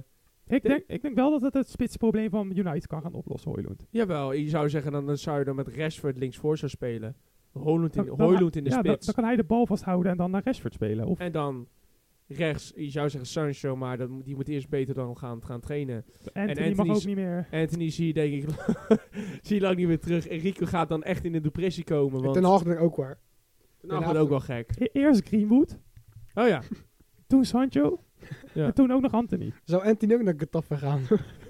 Speaker 3: Ik denk wel dat het spitsprobleem van United kan gaan oplossen, Højlund.
Speaker 1: Jawel, je zou zeggen, dan zou je dan met Rashford linksvoor zou spelen. Højlund in de
Speaker 3: Ja,
Speaker 1: spits.
Speaker 3: dan kan hij de bal vasthouden en dan naar Rashford spelen. Of
Speaker 1: En dan rechts, je zou zeggen Sancho, maar die moet eerst beter dan gaan trainen.
Speaker 3: Anthony mag ook niet meer.
Speaker 1: Anthony zie je denk ik zie je lang niet meer terug. Enrico gaat dan echt in de depressie komen. Want
Speaker 2: Ten Hag denk ik ook waar.
Speaker 1: Ten Hag wordt ook wel gek.
Speaker 3: Eerst Greenwood,
Speaker 1: Oh ja.
Speaker 3: toen Sancho
Speaker 1: Ja.
Speaker 3: en toen ook nog Anthony.
Speaker 2: Zou Anthony ook naar Getafe gaan?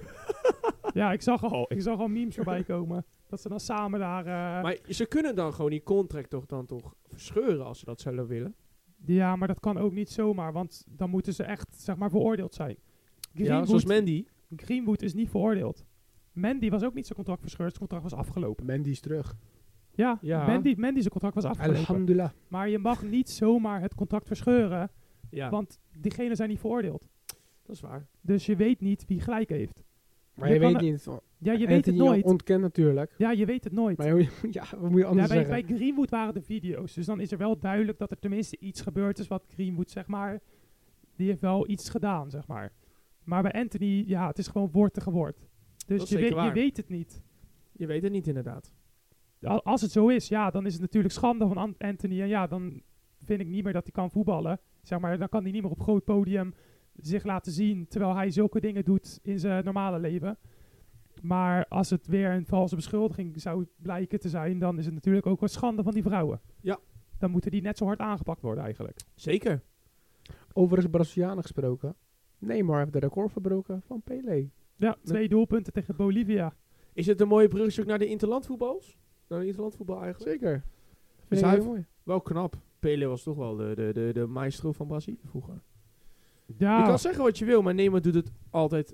Speaker 3: Ja, ik zag al memes voorbij komen. Dat ze dan samen daar...
Speaker 1: Maar ze kunnen dan gewoon die contract toch verscheuren als ze dat zouden willen.
Speaker 3: Ja, maar dat kan ook niet zomaar, want dan moeten ze echt, zeg maar, veroordeeld zijn.
Speaker 1: Ja, zoals Mandy.
Speaker 3: Greenwood is niet veroordeeld. Mandy was ook niet zijn contract verscheurd, zijn contract was afgelopen.
Speaker 2: Mandy is terug.
Speaker 3: Ja,
Speaker 1: Ja.
Speaker 3: Mandy zijn contract was afgelopen.
Speaker 2: Alhamdulillah.
Speaker 3: Maar je mag niet zomaar het contract verscheuren,
Speaker 1: Ja,
Speaker 3: want diegenen zijn niet veroordeeld.
Speaker 1: dat is waar.
Speaker 3: Dus je weet niet wie gelijk heeft.
Speaker 2: Maar
Speaker 3: Je
Speaker 2: je
Speaker 3: kan
Speaker 2: weet
Speaker 3: er-
Speaker 2: niet.
Speaker 3: Ja, je weet het
Speaker 2: Anthony
Speaker 3: nooit.
Speaker 2: ontkent natuurlijk.
Speaker 3: Ja, je weet het nooit.
Speaker 2: Maar ja, wat moet je
Speaker 3: Ja,
Speaker 2: anders
Speaker 3: bij
Speaker 2: zeggen?
Speaker 3: Greenwood waren de video's. Dus dan is er wel duidelijk dat er tenminste iets gebeurd is wat Greenwood, zeg maar, die heeft wel iets gedaan, zeg maar. Maar bij Anthony, ja, het is gewoon woord tegen woord.
Speaker 1: Dat
Speaker 3: Dus
Speaker 1: is
Speaker 3: je
Speaker 1: zeker waar.
Speaker 3: weet het niet.
Speaker 1: Je weet het niet inderdaad.
Speaker 3: Als het zo is, ja, dan is het natuurlijk schande van Anthony. En ja, dan vind ik niet meer dat hij kan voetballen. Zeg maar, dan kan hij niet meer op groot podium zich laten zien, terwijl hij zulke dingen doet in zijn normale leven. Maar als het weer een valse beschuldiging zou blijken te zijn, dan is het natuurlijk ook een schande van die vrouwen.
Speaker 1: Ja.
Speaker 3: Dan moeten die net zo hard aangepakt worden eigenlijk.
Speaker 1: Zeker.
Speaker 2: Overigens Brazilianen gesproken. Neymar heeft de record verbroken van Pelé.
Speaker 3: Ja, 2 doelpunten tegen Bolivia.
Speaker 1: Is het een mooie brugstuk naar de interlandvoetbals? Naar de interlandvoetbal eigenlijk?
Speaker 2: Zeker.
Speaker 1: Dus
Speaker 2: Vind ik
Speaker 1: hij
Speaker 2: heel mooi.
Speaker 1: Wel knap. Pele was toch wel de maestro van Brazilië vroeger.
Speaker 3: Ja,
Speaker 1: Je kan zeggen wat je wil, maar Neymar doet het altijd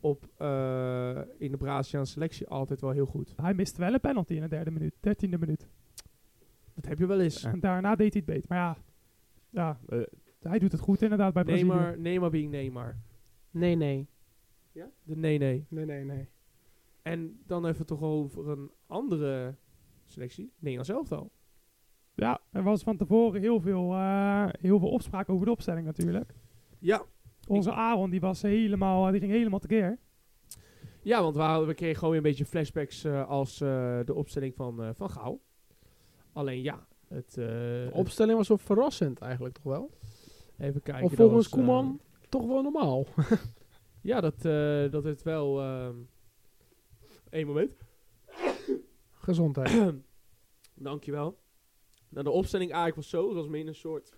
Speaker 1: in de Braziliaanse selectie altijd wel heel goed.
Speaker 3: hij miste wel een penalty in de 13e minuut.
Speaker 1: Dat heb je wel eens.
Speaker 3: En daarna deed hij het beter. Maar ja, hij doet het goed inderdaad bij Brazilië.
Speaker 1: Neymar being Neymar.
Speaker 2: Nee.
Speaker 1: Ja? De nee.
Speaker 2: Nee.
Speaker 1: En dan even toch over een andere selectie. Nederland zelf al.
Speaker 3: Ja, er was van tevoren heel veel opspraak over de opstelling natuurlijk.
Speaker 1: Ja.
Speaker 3: Onze Aaron die ging helemaal tekeer.
Speaker 1: Ja, want we kregen gewoon weer een beetje flashbacks als de opstelling van Gaal. Alleen ja,
Speaker 2: De opstelling was wel verrassend eigenlijk toch wel?
Speaker 1: even kijken.
Speaker 2: Of
Speaker 1: dat
Speaker 2: volgens
Speaker 1: was,
Speaker 2: Koeman toch wel normaal.
Speaker 1: Ja, dat het wel... Eén moment.
Speaker 2: Gezondheid.
Speaker 1: Dankjewel. Nou, de opstelling eigenlijk was zo. Dat was meer een soort...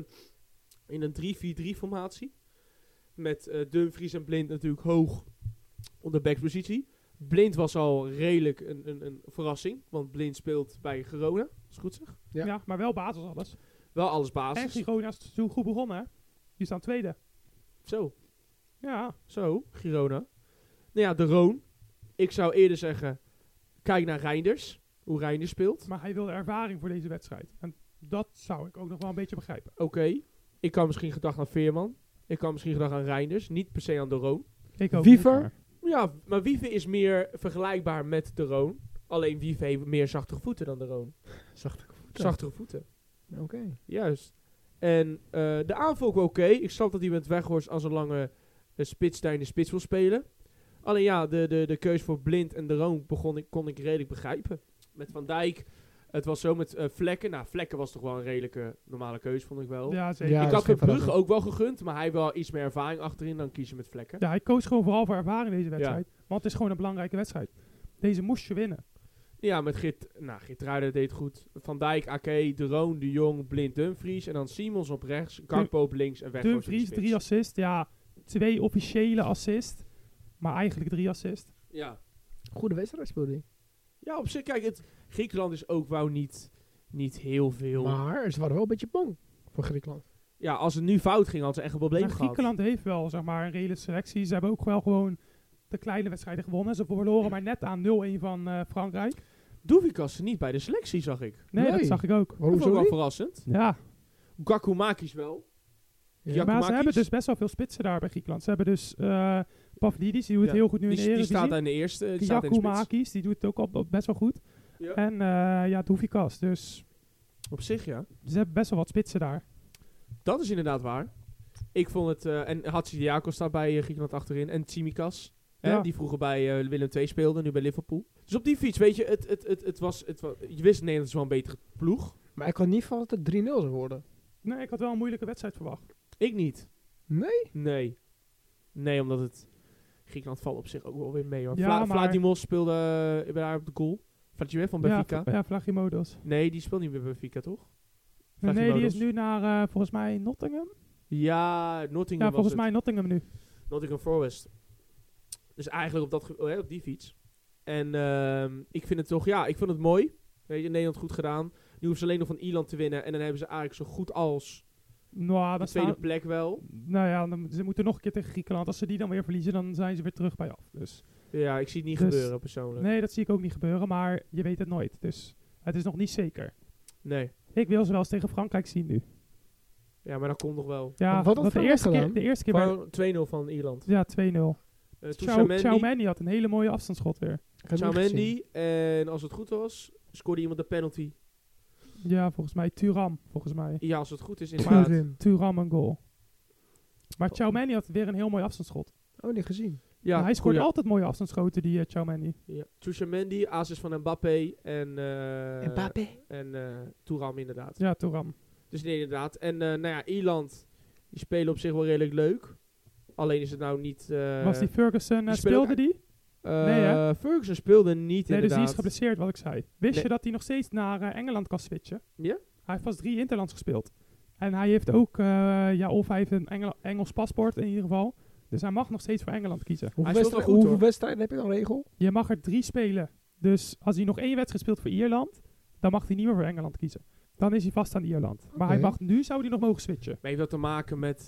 Speaker 1: in een 3-4-3 formatie. Met Dumfries en Blind natuurlijk hoog op de backspositie. Blind was al redelijk een verrassing. Want Blind speelt bij Girona. Als ik goed zeg.
Speaker 2: Ja.
Speaker 3: Ja, maar wel basis alles.
Speaker 1: Wel alles
Speaker 3: En
Speaker 1: basis.
Speaker 3: Girona is zo goed begonnen, hè? Die staan tweede.
Speaker 1: Zo, Girona. Nou ja, de Roon. Ik zou eerder zeggen, kijk naar Reinders. Hoe Reinders speelt.
Speaker 3: Maar hij wilde ervaring voor deze wedstrijd. En dat zou ik ook nog wel een beetje begrijpen.
Speaker 1: Oké. Ik kan misschien gedacht aan Veerman. Ik kan misschien gedacht aan Reinders. Niet per se aan de Roon.
Speaker 3: Ik ook
Speaker 2: Wiever?
Speaker 3: niet, maar-
Speaker 1: Ja, maar Wiever is meer vergelijkbaar met de Roon. Alleen Wiever heeft meer zachtere voeten dan de Roon. Zachtere voeten.
Speaker 2: Oké.
Speaker 1: Juist. En de aanval ook oké. Ik snap dat hij met Weghorst als een lange spits daar in de spits wil spelen. Alleen ja, de keuze voor Blind en de Roon kon ik redelijk begrijpen. Met Van Dijk, het was zo met Vlekken. Nou, Vlekken was toch wel een redelijke normale keuze, vond ik wel.
Speaker 3: Ja, zeker.
Speaker 2: Ja,
Speaker 1: Ik
Speaker 2: dat
Speaker 1: had
Speaker 2: is geen
Speaker 1: Verbrugge
Speaker 2: verrassing.
Speaker 1: ook wel gegund, maar hij heeft wel iets meer ervaring achterin dan kiezen met Vlekken.
Speaker 3: Ja, hij koos gewoon vooral voor ervaring deze wedstrijd. Want het is gewoon een belangrijke wedstrijd. Deze moest je winnen.
Speaker 1: Ja, met Geertruiden deed het goed. Van Dijk, Ake, De Roon, De Jong, Blind, Dumfries. En dan Simons op rechts, Gakpo op links en Weghorst in de
Speaker 3: Dumfries,
Speaker 1: spits.
Speaker 3: 3 assists. Ja, 2 officiële assists. Maar eigenlijk 3 assists.
Speaker 1: Ja.
Speaker 2: Goede wedstrijd speelde hij.
Speaker 1: Ja, op zich, kijk, Griekenland is ook wel niet heel veel.
Speaker 2: Maar ze waren wel een beetje bang voor Griekenland.
Speaker 1: Ja, als het nu fout ging, had ze echt een probleem
Speaker 3: Maar
Speaker 1: gehad.
Speaker 3: Griekenland heeft wel, zeg maar, een reële selectie. Ze hebben ook wel gewoon de kleine wedstrijden gewonnen. Ze verloren maar net aan 0-1 van Frankrijk.
Speaker 1: Doevikas niet bij de selectie, zag ik.
Speaker 3: Nee,
Speaker 2: Nee.
Speaker 3: dat zag ik ook.
Speaker 1: Dat vond ik
Speaker 2: Hoezo
Speaker 1: wel
Speaker 2: niet?
Speaker 1: verrassend.
Speaker 3: Ja,
Speaker 1: Gakumakis wel.
Speaker 2: Ja.
Speaker 3: maar ze
Speaker 1: Giacomakis?
Speaker 3: hebben dus best wel veel spitsen daar bij Griekenland. Ze hebben dus Pavlidis, die doet het
Speaker 1: Ja,
Speaker 3: heel goed nu in de
Speaker 1: Die
Speaker 3: Eredivisie.
Speaker 1: staat in de eerste. Die staat in de spits.
Speaker 3: Giacomakis, die doet het ook op best wel goed.
Speaker 1: Ja.
Speaker 3: En ja, Doevikas. Dus
Speaker 1: Op zich, ja.
Speaker 3: ze hebben best wel wat spitsen daar.
Speaker 1: Dat is inderdaad waar. Ik vond het... en Hatzidiakos staat bij Griekenland achterin. En Tsimikas.
Speaker 3: Ja.
Speaker 1: Die vroeger bij Willem II speelde. Nu bij Liverpool. Dus op die fiets, weet je... Het was, je wist, Nederland is wel een betere ploeg.
Speaker 2: Maar ik had niet van dat het 3-0 zou worden.
Speaker 3: Nee, ik had wel een moeilijke wedstrijd verwacht.
Speaker 1: Ik niet.
Speaker 2: Nee?
Speaker 1: Nee, omdat het... Griekenland valt op zich ook wel weer mee, hoor.
Speaker 3: Ja, maar-
Speaker 1: Vladimos speelde daar op de goal. Vladimir van Benfica.
Speaker 3: Ja, Vlagimodos.
Speaker 1: Nee, die speelt niet meer bij Benfica, toch?
Speaker 3: Nee, die
Speaker 1: Vlagimodos.
Speaker 3: is nu naar volgens mij Nottingham.
Speaker 1: Ja, Nottingham
Speaker 3: Ja,
Speaker 1: was
Speaker 3: volgens
Speaker 1: het.
Speaker 3: mij Nottingham nu.
Speaker 1: Nottingham Forest. Dus eigenlijk op die fiets. En ik vind het toch... Ja, ik vond het mooi. Weet je, Nederland goed gedaan. Nu hoeven ze alleen nog van Ierland te winnen. En dan hebben ze eigenlijk zo goed als
Speaker 3: Nou,
Speaker 1: de
Speaker 3: dan
Speaker 1: tweede
Speaker 3: staan,
Speaker 1: plek wel.
Speaker 3: nou ja, ze moeten nog een keer tegen Griekenland. Als ze die dan weer verliezen, dan zijn ze weer terug bij af. Dus
Speaker 1: Ja, ik zie het niet
Speaker 3: Dus-
Speaker 1: gebeuren persoonlijk.
Speaker 3: nee, dat zie ik ook niet gebeuren. Maar je weet het nooit. Dus het is nog niet zeker.
Speaker 1: Nee.
Speaker 3: Ik wil ze wel eens tegen Frankrijk zien nu.
Speaker 1: Ja, maar dat komt nog wel.
Speaker 3: Ja,
Speaker 2: Wat had
Speaker 3: want de
Speaker 2: Frankrijk
Speaker 3: eerste keer bij...
Speaker 1: Gewoon 2-0 van Ierland.
Speaker 3: Ja, 2-0.
Speaker 1: Tchouaméni,
Speaker 3: Tchouaméni had een hele mooie afstandsschot weer.
Speaker 2: Ik heb het niet gezien.
Speaker 1: Tchouaméni. En als het goed was, scoorde iemand de penalty.
Speaker 3: Ja, volgens mij Thuram. Volgens mij.
Speaker 1: Ja, als het goed is inderdaad.
Speaker 2: Turin.
Speaker 3: Thuram een goal. Maar Tchouaméni had weer een heel mooi afstandsschot.
Speaker 2: Oh, niet gezien.
Speaker 1: Ja,
Speaker 3: Maar hij scoort
Speaker 1: ja.
Speaker 3: altijd mooie afstandsschoten, die Tchouaméni.
Speaker 1: Ja. Tchouaméni, assist van Mbappé en
Speaker 2: Mbappé.
Speaker 1: Thuram inderdaad.
Speaker 3: Ja, Thuram.
Speaker 1: Dus nee, inderdaad. En nou ja, Ierland, die spelen op zich wel redelijk leuk. Alleen is het nou niet...
Speaker 3: Was die Ferguson,
Speaker 1: die speelt
Speaker 3: speelde die? nee, hè?
Speaker 1: Ferguson speelde niet
Speaker 3: Nee, dus
Speaker 1: inderdaad.
Speaker 3: die is geblesseerd, wat ik zei. Wist
Speaker 1: Nee.
Speaker 3: je dat hij nog steeds naar Engeland kan switchen?
Speaker 1: Ja?
Speaker 3: Hij heeft vast 3 interlands gespeeld. En hij heeft ook, of hij heeft een Engels paspoort in ieder geval. Dus hij mag nog steeds voor Engeland kiezen.
Speaker 2: Hoeveel,
Speaker 1: speelt wel goed,
Speaker 2: hoeveel
Speaker 1: hoor.
Speaker 2: wedstrijden heb je dan regel?
Speaker 3: Je mag er 3 spelen. Dus als hij nog 1 wedstrijd speelt voor Ierland, dan mag hij niet meer voor Engeland kiezen. Dan is hij vast aan Ierland. Maar hij
Speaker 2: Oké.
Speaker 3: mag, nu zou hij nog mogen switchen.
Speaker 1: Maar heeft dat te maken met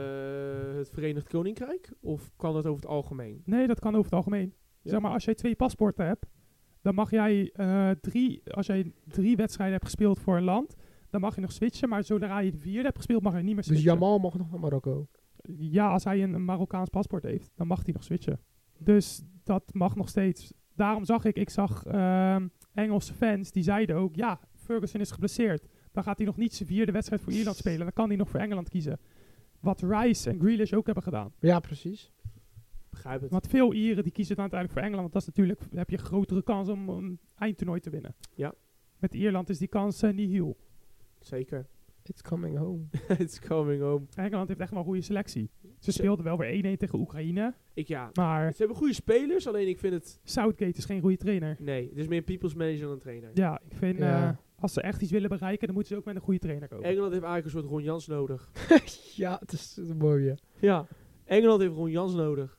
Speaker 1: het Verenigd Koninkrijk? Of kan het over het algemeen?
Speaker 3: Nee, dat kan over het algemeen.
Speaker 1: Ja.
Speaker 3: Zeg maar, als jij 2 paspoorten hebt, dan mag jij als jij 3 wedstrijden hebt gespeeld voor een land, dan mag je nog switchen. Maar zodra je de 4 hebt gespeeld, mag je niet meer
Speaker 2: Dus
Speaker 3: switchen.
Speaker 2: Jamal mag nog naar Marokko.
Speaker 3: Ja, als hij een Marokkaans paspoort heeft, dan mag hij nog switchen. Dus dat mag nog steeds. Daarom zag ik zag Engelse fans, die zeiden ook, ja, Ferguson is geblesseerd. Dan gaat hij nog niet zijn 4e wedstrijd voor Ierland spelen. Dan kan hij nog voor Engeland kiezen. Wat Rice en Grealish ook hebben gedaan.
Speaker 2: Ja, precies.
Speaker 1: Begrijp het.
Speaker 3: Want veel Ieren die kiezen dan uiteindelijk voor Engeland. Want dat is natuurlijk, heb je een grotere kans om een eindtoernooi te winnen.
Speaker 1: Ja.
Speaker 3: Met Ierland is die kans niet heel.
Speaker 1: Zeker.
Speaker 2: It's coming home.
Speaker 1: It's coming home.
Speaker 3: Engeland heeft echt wel een goede selectie. Ze speelden wel weer 1-1 tegen Oekraïne. Maar
Speaker 1: Ze hebben goede spelers, alleen ik vind het...
Speaker 3: Southgate is geen goede trainer.
Speaker 1: Nee, het is meer een people's manager dan een trainer.
Speaker 3: Ja, ik vind
Speaker 2: Ja.
Speaker 3: als ze echt iets willen bereiken, dan moeten ze ook met een goede trainer komen.
Speaker 1: Engeland heeft eigenlijk een soort Ron Jans nodig.
Speaker 2: Ja, het is een mooie.
Speaker 1: Ja. Engeland heeft Ron Jans nodig.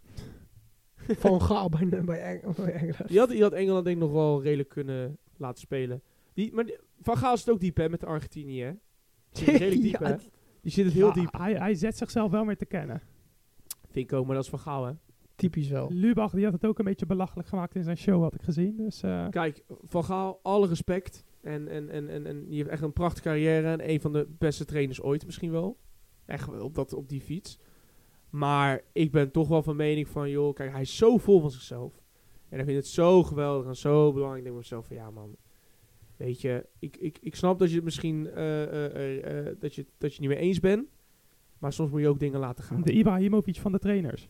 Speaker 2: Van Gaal bij Engeland.
Speaker 1: Die had Engeland denk ik nog wel redelijk kunnen laten spelen. Van Gaal zit ook diep hè, met de Argentinië. Hè? Die zit redelijk diep
Speaker 2: Ja,
Speaker 1: hè. Die zit het heel
Speaker 3: Ja,
Speaker 1: diep.
Speaker 3: Hij zet zichzelf wel meer te kennen.
Speaker 1: Vind ik ook, maar dat is Van Gaal hè.
Speaker 2: Typisch wel.
Speaker 3: Lubach die had het ook een beetje belachelijk gemaakt in zijn show, had ik gezien. Dus
Speaker 1: Kijk, Van Gaal, alle respect. En die heeft echt een prachtige carrière. En een van de beste trainers ooit misschien wel. Echt op die fiets. Maar ik ben toch wel van mening van, joh, kijk, hij is zo vol van zichzelf. En hij vindt het zo geweldig en zo belangrijk. Ik denk bij mezelf van, ja man, weet je, ik snap dat je het misschien, dat je het niet mee eens bent. Maar soms moet je ook dingen laten gaan.
Speaker 3: de Ibrahimovic van de trainers.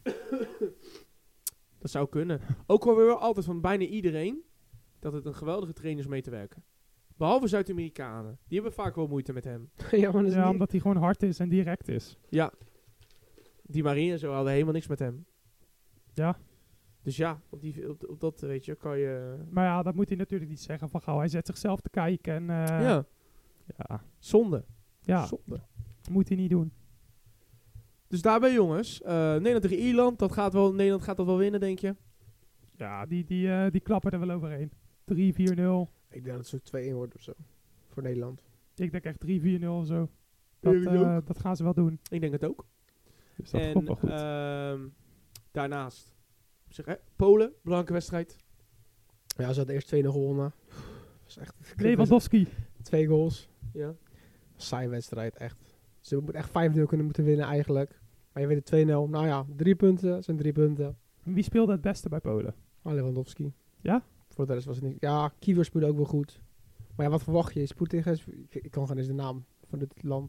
Speaker 1: Dat zou kunnen. Ook horen we wel altijd van bijna iedereen dat het een geweldige trainer is om mee te werken. Behalve Zuid-Amerikanen. Die hebben vaak wel moeite met hem.
Speaker 2: Ja, maar dat is
Speaker 3: Ja,
Speaker 2: niet...
Speaker 3: omdat hij gewoon hard is en direct is.
Speaker 1: Ja. Die Marie en zo hadden helemaal niks met hem.
Speaker 3: Ja.
Speaker 1: Dus ja, op dat weet je, kan je...
Speaker 3: Maar ja, dat moet hij natuurlijk niet zeggen van gauw. Hij zet zichzelf te kijken en
Speaker 1: ja,
Speaker 3: ja,
Speaker 1: zonde.
Speaker 3: ja,
Speaker 1: Zonde.
Speaker 3: moet hij niet doen.
Speaker 1: Dus daarbij jongens, Nederland tegen Ierland, Nederland gaat dat wel winnen, denk je?
Speaker 3: Ja, die klappen er wel overheen. 3-4-0.
Speaker 2: Ik denk dat het zo 2-1 wordt of zo. Voor Nederland.
Speaker 3: Ik denk echt 3-4-0 of zo.
Speaker 1: Ja, ik ook.
Speaker 3: Dat gaan ze wel doen.
Speaker 1: Ik denk het ook.
Speaker 3: Dus dat
Speaker 1: En
Speaker 3: komt wel goed.
Speaker 1: daarnaast, Polen, belangrijke wedstrijd.
Speaker 2: Ja, ze hadden eerst 2-0 gewonnen. Dat is echt...
Speaker 3: Lewandowski.
Speaker 2: 2 goals.
Speaker 1: Ja.
Speaker 2: Saai wedstrijd, echt. Ze moeten echt 5-0 moeten winnen eigenlijk. Maar je weet het 2-0. Nou ja, 3 punten zijn 3 punten.
Speaker 3: Wie speelde het beste bij Polen?
Speaker 2: Lewandowski.
Speaker 3: Ja?
Speaker 2: Voor de rest was het niet... Ja, Kiewer speelde ook wel goed. Maar ja, wat verwacht je? Je speelt tegen... Ik kan geen eens de naam van dit land.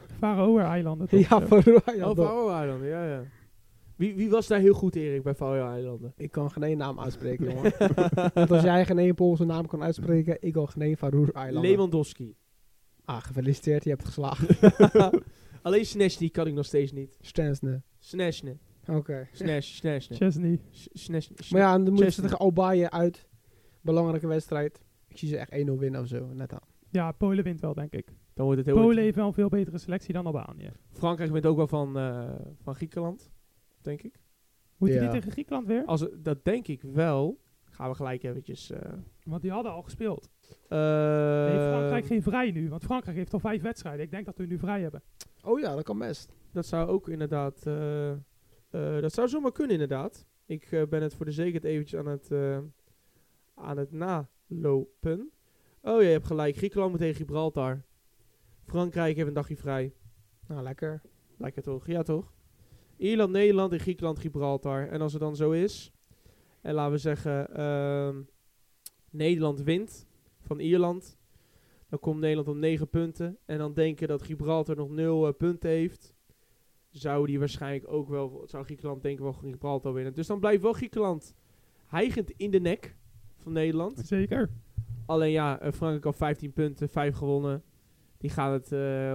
Speaker 3: Faroe-eilanden toch?
Speaker 2: Ja, Faroe-eilanden.
Speaker 1: Oh, Faroe-eilanden, ja. Wie was daar heel goed, Erik, bij Faroe-eilanden?
Speaker 2: Ik kan geen één naam uitspreken, jongen. Net als jij geen één Poolse naam kan uitspreken, ik kan geen één Faroe-eilanden.
Speaker 1: Lewandowski.
Speaker 2: Ah, gefeliciteerd, je hebt geslaagd.
Speaker 1: Alleen Sneshny kan ik nog steeds niet.
Speaker 2: Stensne.
Speaker 1: Sneshne.
Speaker 2: Oké.
Speaker 1: Sneshne.
Speaker 3: Chesney.
Speaker 2: Maar ja, dan moeten ze
Speaker 1: Chesney.
Speaker 2: tegen Albaïe uit. Belangrijke wedstrijd. Ik zie ze echt 1-0 winnen of zo, net aan.
Speaker 3: Ja, Polen wint wel, denk ik.
Speaker 1: Dan wordt het heel
Speaker 3: Polen heeft wel een veel betere selectie dan Albanië.
Speaker 1: Frankrijk wint ook wel van Griekenland, denk ik.
Speaker 3: Moet je
Speaker 2: Ja.
Speaker 3: niet tegen Griekenland weer?
Speaker 1: Dat denk ik wel. Gaan we gelijk eventjes...
Speaker 3: Want die hadden al gespeeld.
Speaker 1: eh,
Speaker 3: Heeft Frankrijk geen vrij nu? Want Frankrijk heeft al 5 wedstrijden. Ik denk dat we nu vrij hebben.
Speaker 2: Oh ja, dat kan best.
Speaker 1: Dat zou ook inderdaad... dat zou zomaar kunnen, inderdaad. Ik ben het voor de zekerheid eventjes aan het nalopen. Oh ja, je hebt gelijk. Griekenland moet tegen Gibraltar. Frankrijk heeft een dagje vrij.
Speaker 2: Nou, lekker.
Speaker 1: Lekker toch? Ja, toch? Ierland, Nederland en Griekenland, Gibraltar. En als het dan zo is... En laten we zeggen... Nederland wint van Ierland. Dan komt Nederland op 9 punten. En dan denken dat Gibraltar nog 0 punten heeft. Zou die waarschijnlijk ook wel... Zou Griekenland denk ik wel Gibraltar winnen. Dus dan blijft wel Griekenland hijgend in de nek van Nederland.
Speaker 3: Zeker.
Speaker 1: Alleen ja, Frankrijk al 15 punten, 5 gewonnen. Die gaat het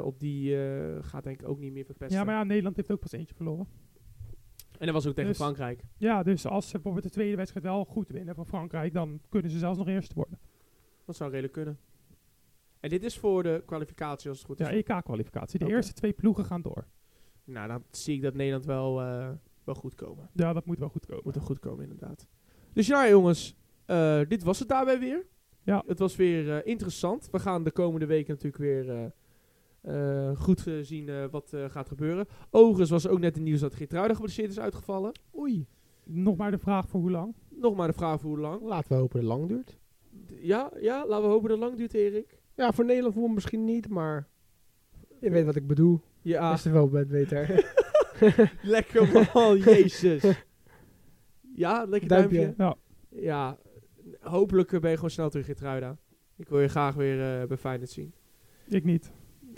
Speaker 1: gaat denk ik ook niet meer verpesten.
Speaker 3: Ja, maar ja, Nederland heeft ook pas eentje verloren.
Speaker 1: En dat was ook tegen
Speaker 3: Dus-
Speaker 1: Frankrijk.
Speaker 3: Ja, dus als ze bijvoorbeeld de tweede wedstrijd wel goed winnen van Frankrijk, dan kunnen ze zelfs nog eerste worden.
Speaker 1: Dat zou redelijk kunnen. En dit is voor de kwalificatie als het goed is.
Speaker 3: Ja, EK-kwalificatie. De
Speaker 1: Oké.
Speaker 3: eerste 2 ploegen gaan door.
Speaker 1: Nou, dan zie ik dat Nederland wel goed komen.
Speaker 3: Ja, dat moet wel goed komen.
Speaker 1: Moet er goed komen, inderdaad. Dus ja, jongens. Dit was het daarbij weer.
Speaker 3: Ja.
Speaker 1: Het was weer interessant. We gaan de komende weken natuurlijk weer goed zien wat gaat gebeuren. Overigens was er ook net het nieuws dat Geertruida geblesseerd is uitgevallen.
Speaker 2: Oei.
Speaker 3: Nog maar de vraag voor hoe lang.
Speaker 1: Nog maar de vraag voor hoe lang.
Speaker 2: Laten we hopen dat het lang duurt.
Speaker 1: Ja, laten we hopen dat het lang duurt, Erik.
Speaker 2: Ja, voor Nederland voetbal misschien niet, maar... Je weet wat ik bedoel.
Speaker 1: Ja,
Speaker 2: Is er wel beter.
Speaker 1: lekker man, jezus. Ja, lekker duimpje.
Speaker 2: Duimpje.
Speaker 3: Ja.
Speaker 1: Ja, hopelijk ben je gewoon snel terug, Geertruida. Ik wil je graag weer bij Feyenoord zien.
Speaker 3: Ik niet.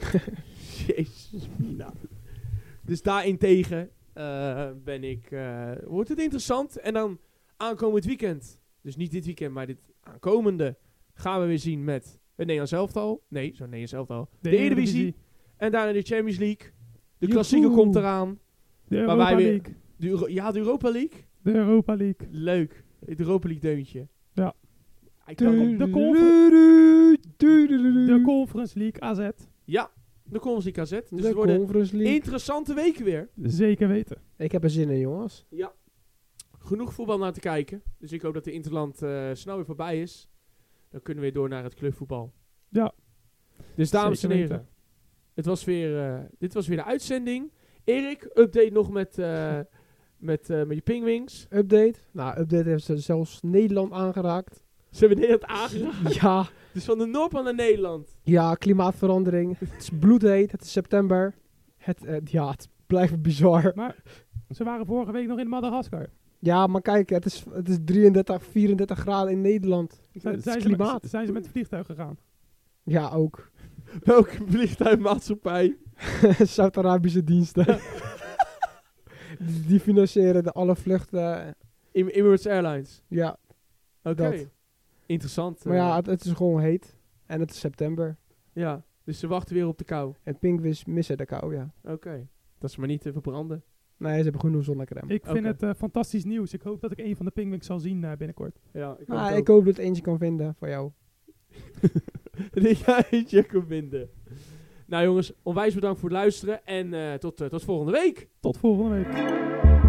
Speaker 1: Jezus, Mina. Dus daarentegen wordt het interessant. En dan aankomend weekend, dus niet dit weekend, maar dit aankomende, gaan we weer zien met het Nederlands elftal. Nee, zo'n Nederlands elftal. De Eredivisie. En daarna de Champions League. De klassieker
Speaker 2: Joehoe.
Speaker 1: komt eraan.
Speaker 3: De
Speaker 1: Waar
Speaker 3: Europa
Speaker 1: wij weer-
Speaker 3: League.
Speaker 1: De Europa League.
Speaker 3: De Europa League.
Speaker 1: Leuk. Het Europa League deuntje.
Speaker 3: Ja.
Speaker 1: Ik kan ook-
Speaker 3: De Conference League AZ.
Speaker 1: Ja, de Conference League AZ. Dus
Speaker 2: De
Speaker 1: het worden
Speaker 2: Conference League.
Speaker 1: interessante weken weer.
Speaker 3: Zeker weten.
Speaker 2: Ik heb er zin in, jongens.
Speaker 1: Ja. Genoeg voetbal naar te kijken. Dus ik hoop dat de Interland snel weer voorbij is. Dan kunnen we weer door naar het clubvoetbal.
Speaker 3: Ja.
Speaker 1: Dus dames en
Speaker 3: Zeker
Speaker 1: heren.
Speaker 3: weten.
Speaker 1: Dit was weer de uitzending. Erik, update nog met je pingwings.
Speaker 2: Update. Nou, update heeft ze zelfs Nederland aangeraakt.
Speaker 1: Ze hebben Nederland aangeraakt.
Speaker 2: Ja,
Speaker 1: Dus van de Noordpool naar Nederland.
Speaker 2: ja, klimaatverandering. Het is bloedheet. Het is september. Het blijft bizar.
Speaker 3: Maar ze waren vorige week nog in Madagaskar.
Speaker 2: Ja, maar kijk, het is 33, 34 graden in Nederland. Het is
Speaker 3: Zijn
Speaker 2: klimaat.
Speaker 3: ze met het vliegtuig gegaan?
Speaker 2: Ja, ook.
Speaker 1: Welke vliegtuigmaatschappij?
Speaker 2: Zuid-Arabische diensten. Die financieren alle vluchten.
Speaker 1: Emirates Airlines.
Speaker 2: Ja,
Speaker 1: Oké.
Speaker 2: Dat.
Speaker 1: Interessant.
Speaker 2: maar ja, het is gewoon heet. En het is september.
Speaker 1: Ja, dus ze wachten weer op de kou.
Speaker 2: En pinguïns missen de kou, ja.
Speaker 1: Oké. Dat is maar niet te verbranden.
Speaker 2: Nee, ze hebben genoeg zonnecrème.
Speaker 3: Ik vind
Speaker 1: Oké.
Speaker 3: het fantastisch nieuws. Ik hoop dat ik een van de penguins zal zien binnenkort.
Speaker 1: Ja, ik
Speaker 2: Ik hoop dat ik eentje kan vinden voor jou.
Speaker 1: dat jij eentje kan vinden. Nou jongens, onwijs bedankt voor het luisteren en tot volgende week.
Speaker 3: Tot volgende week.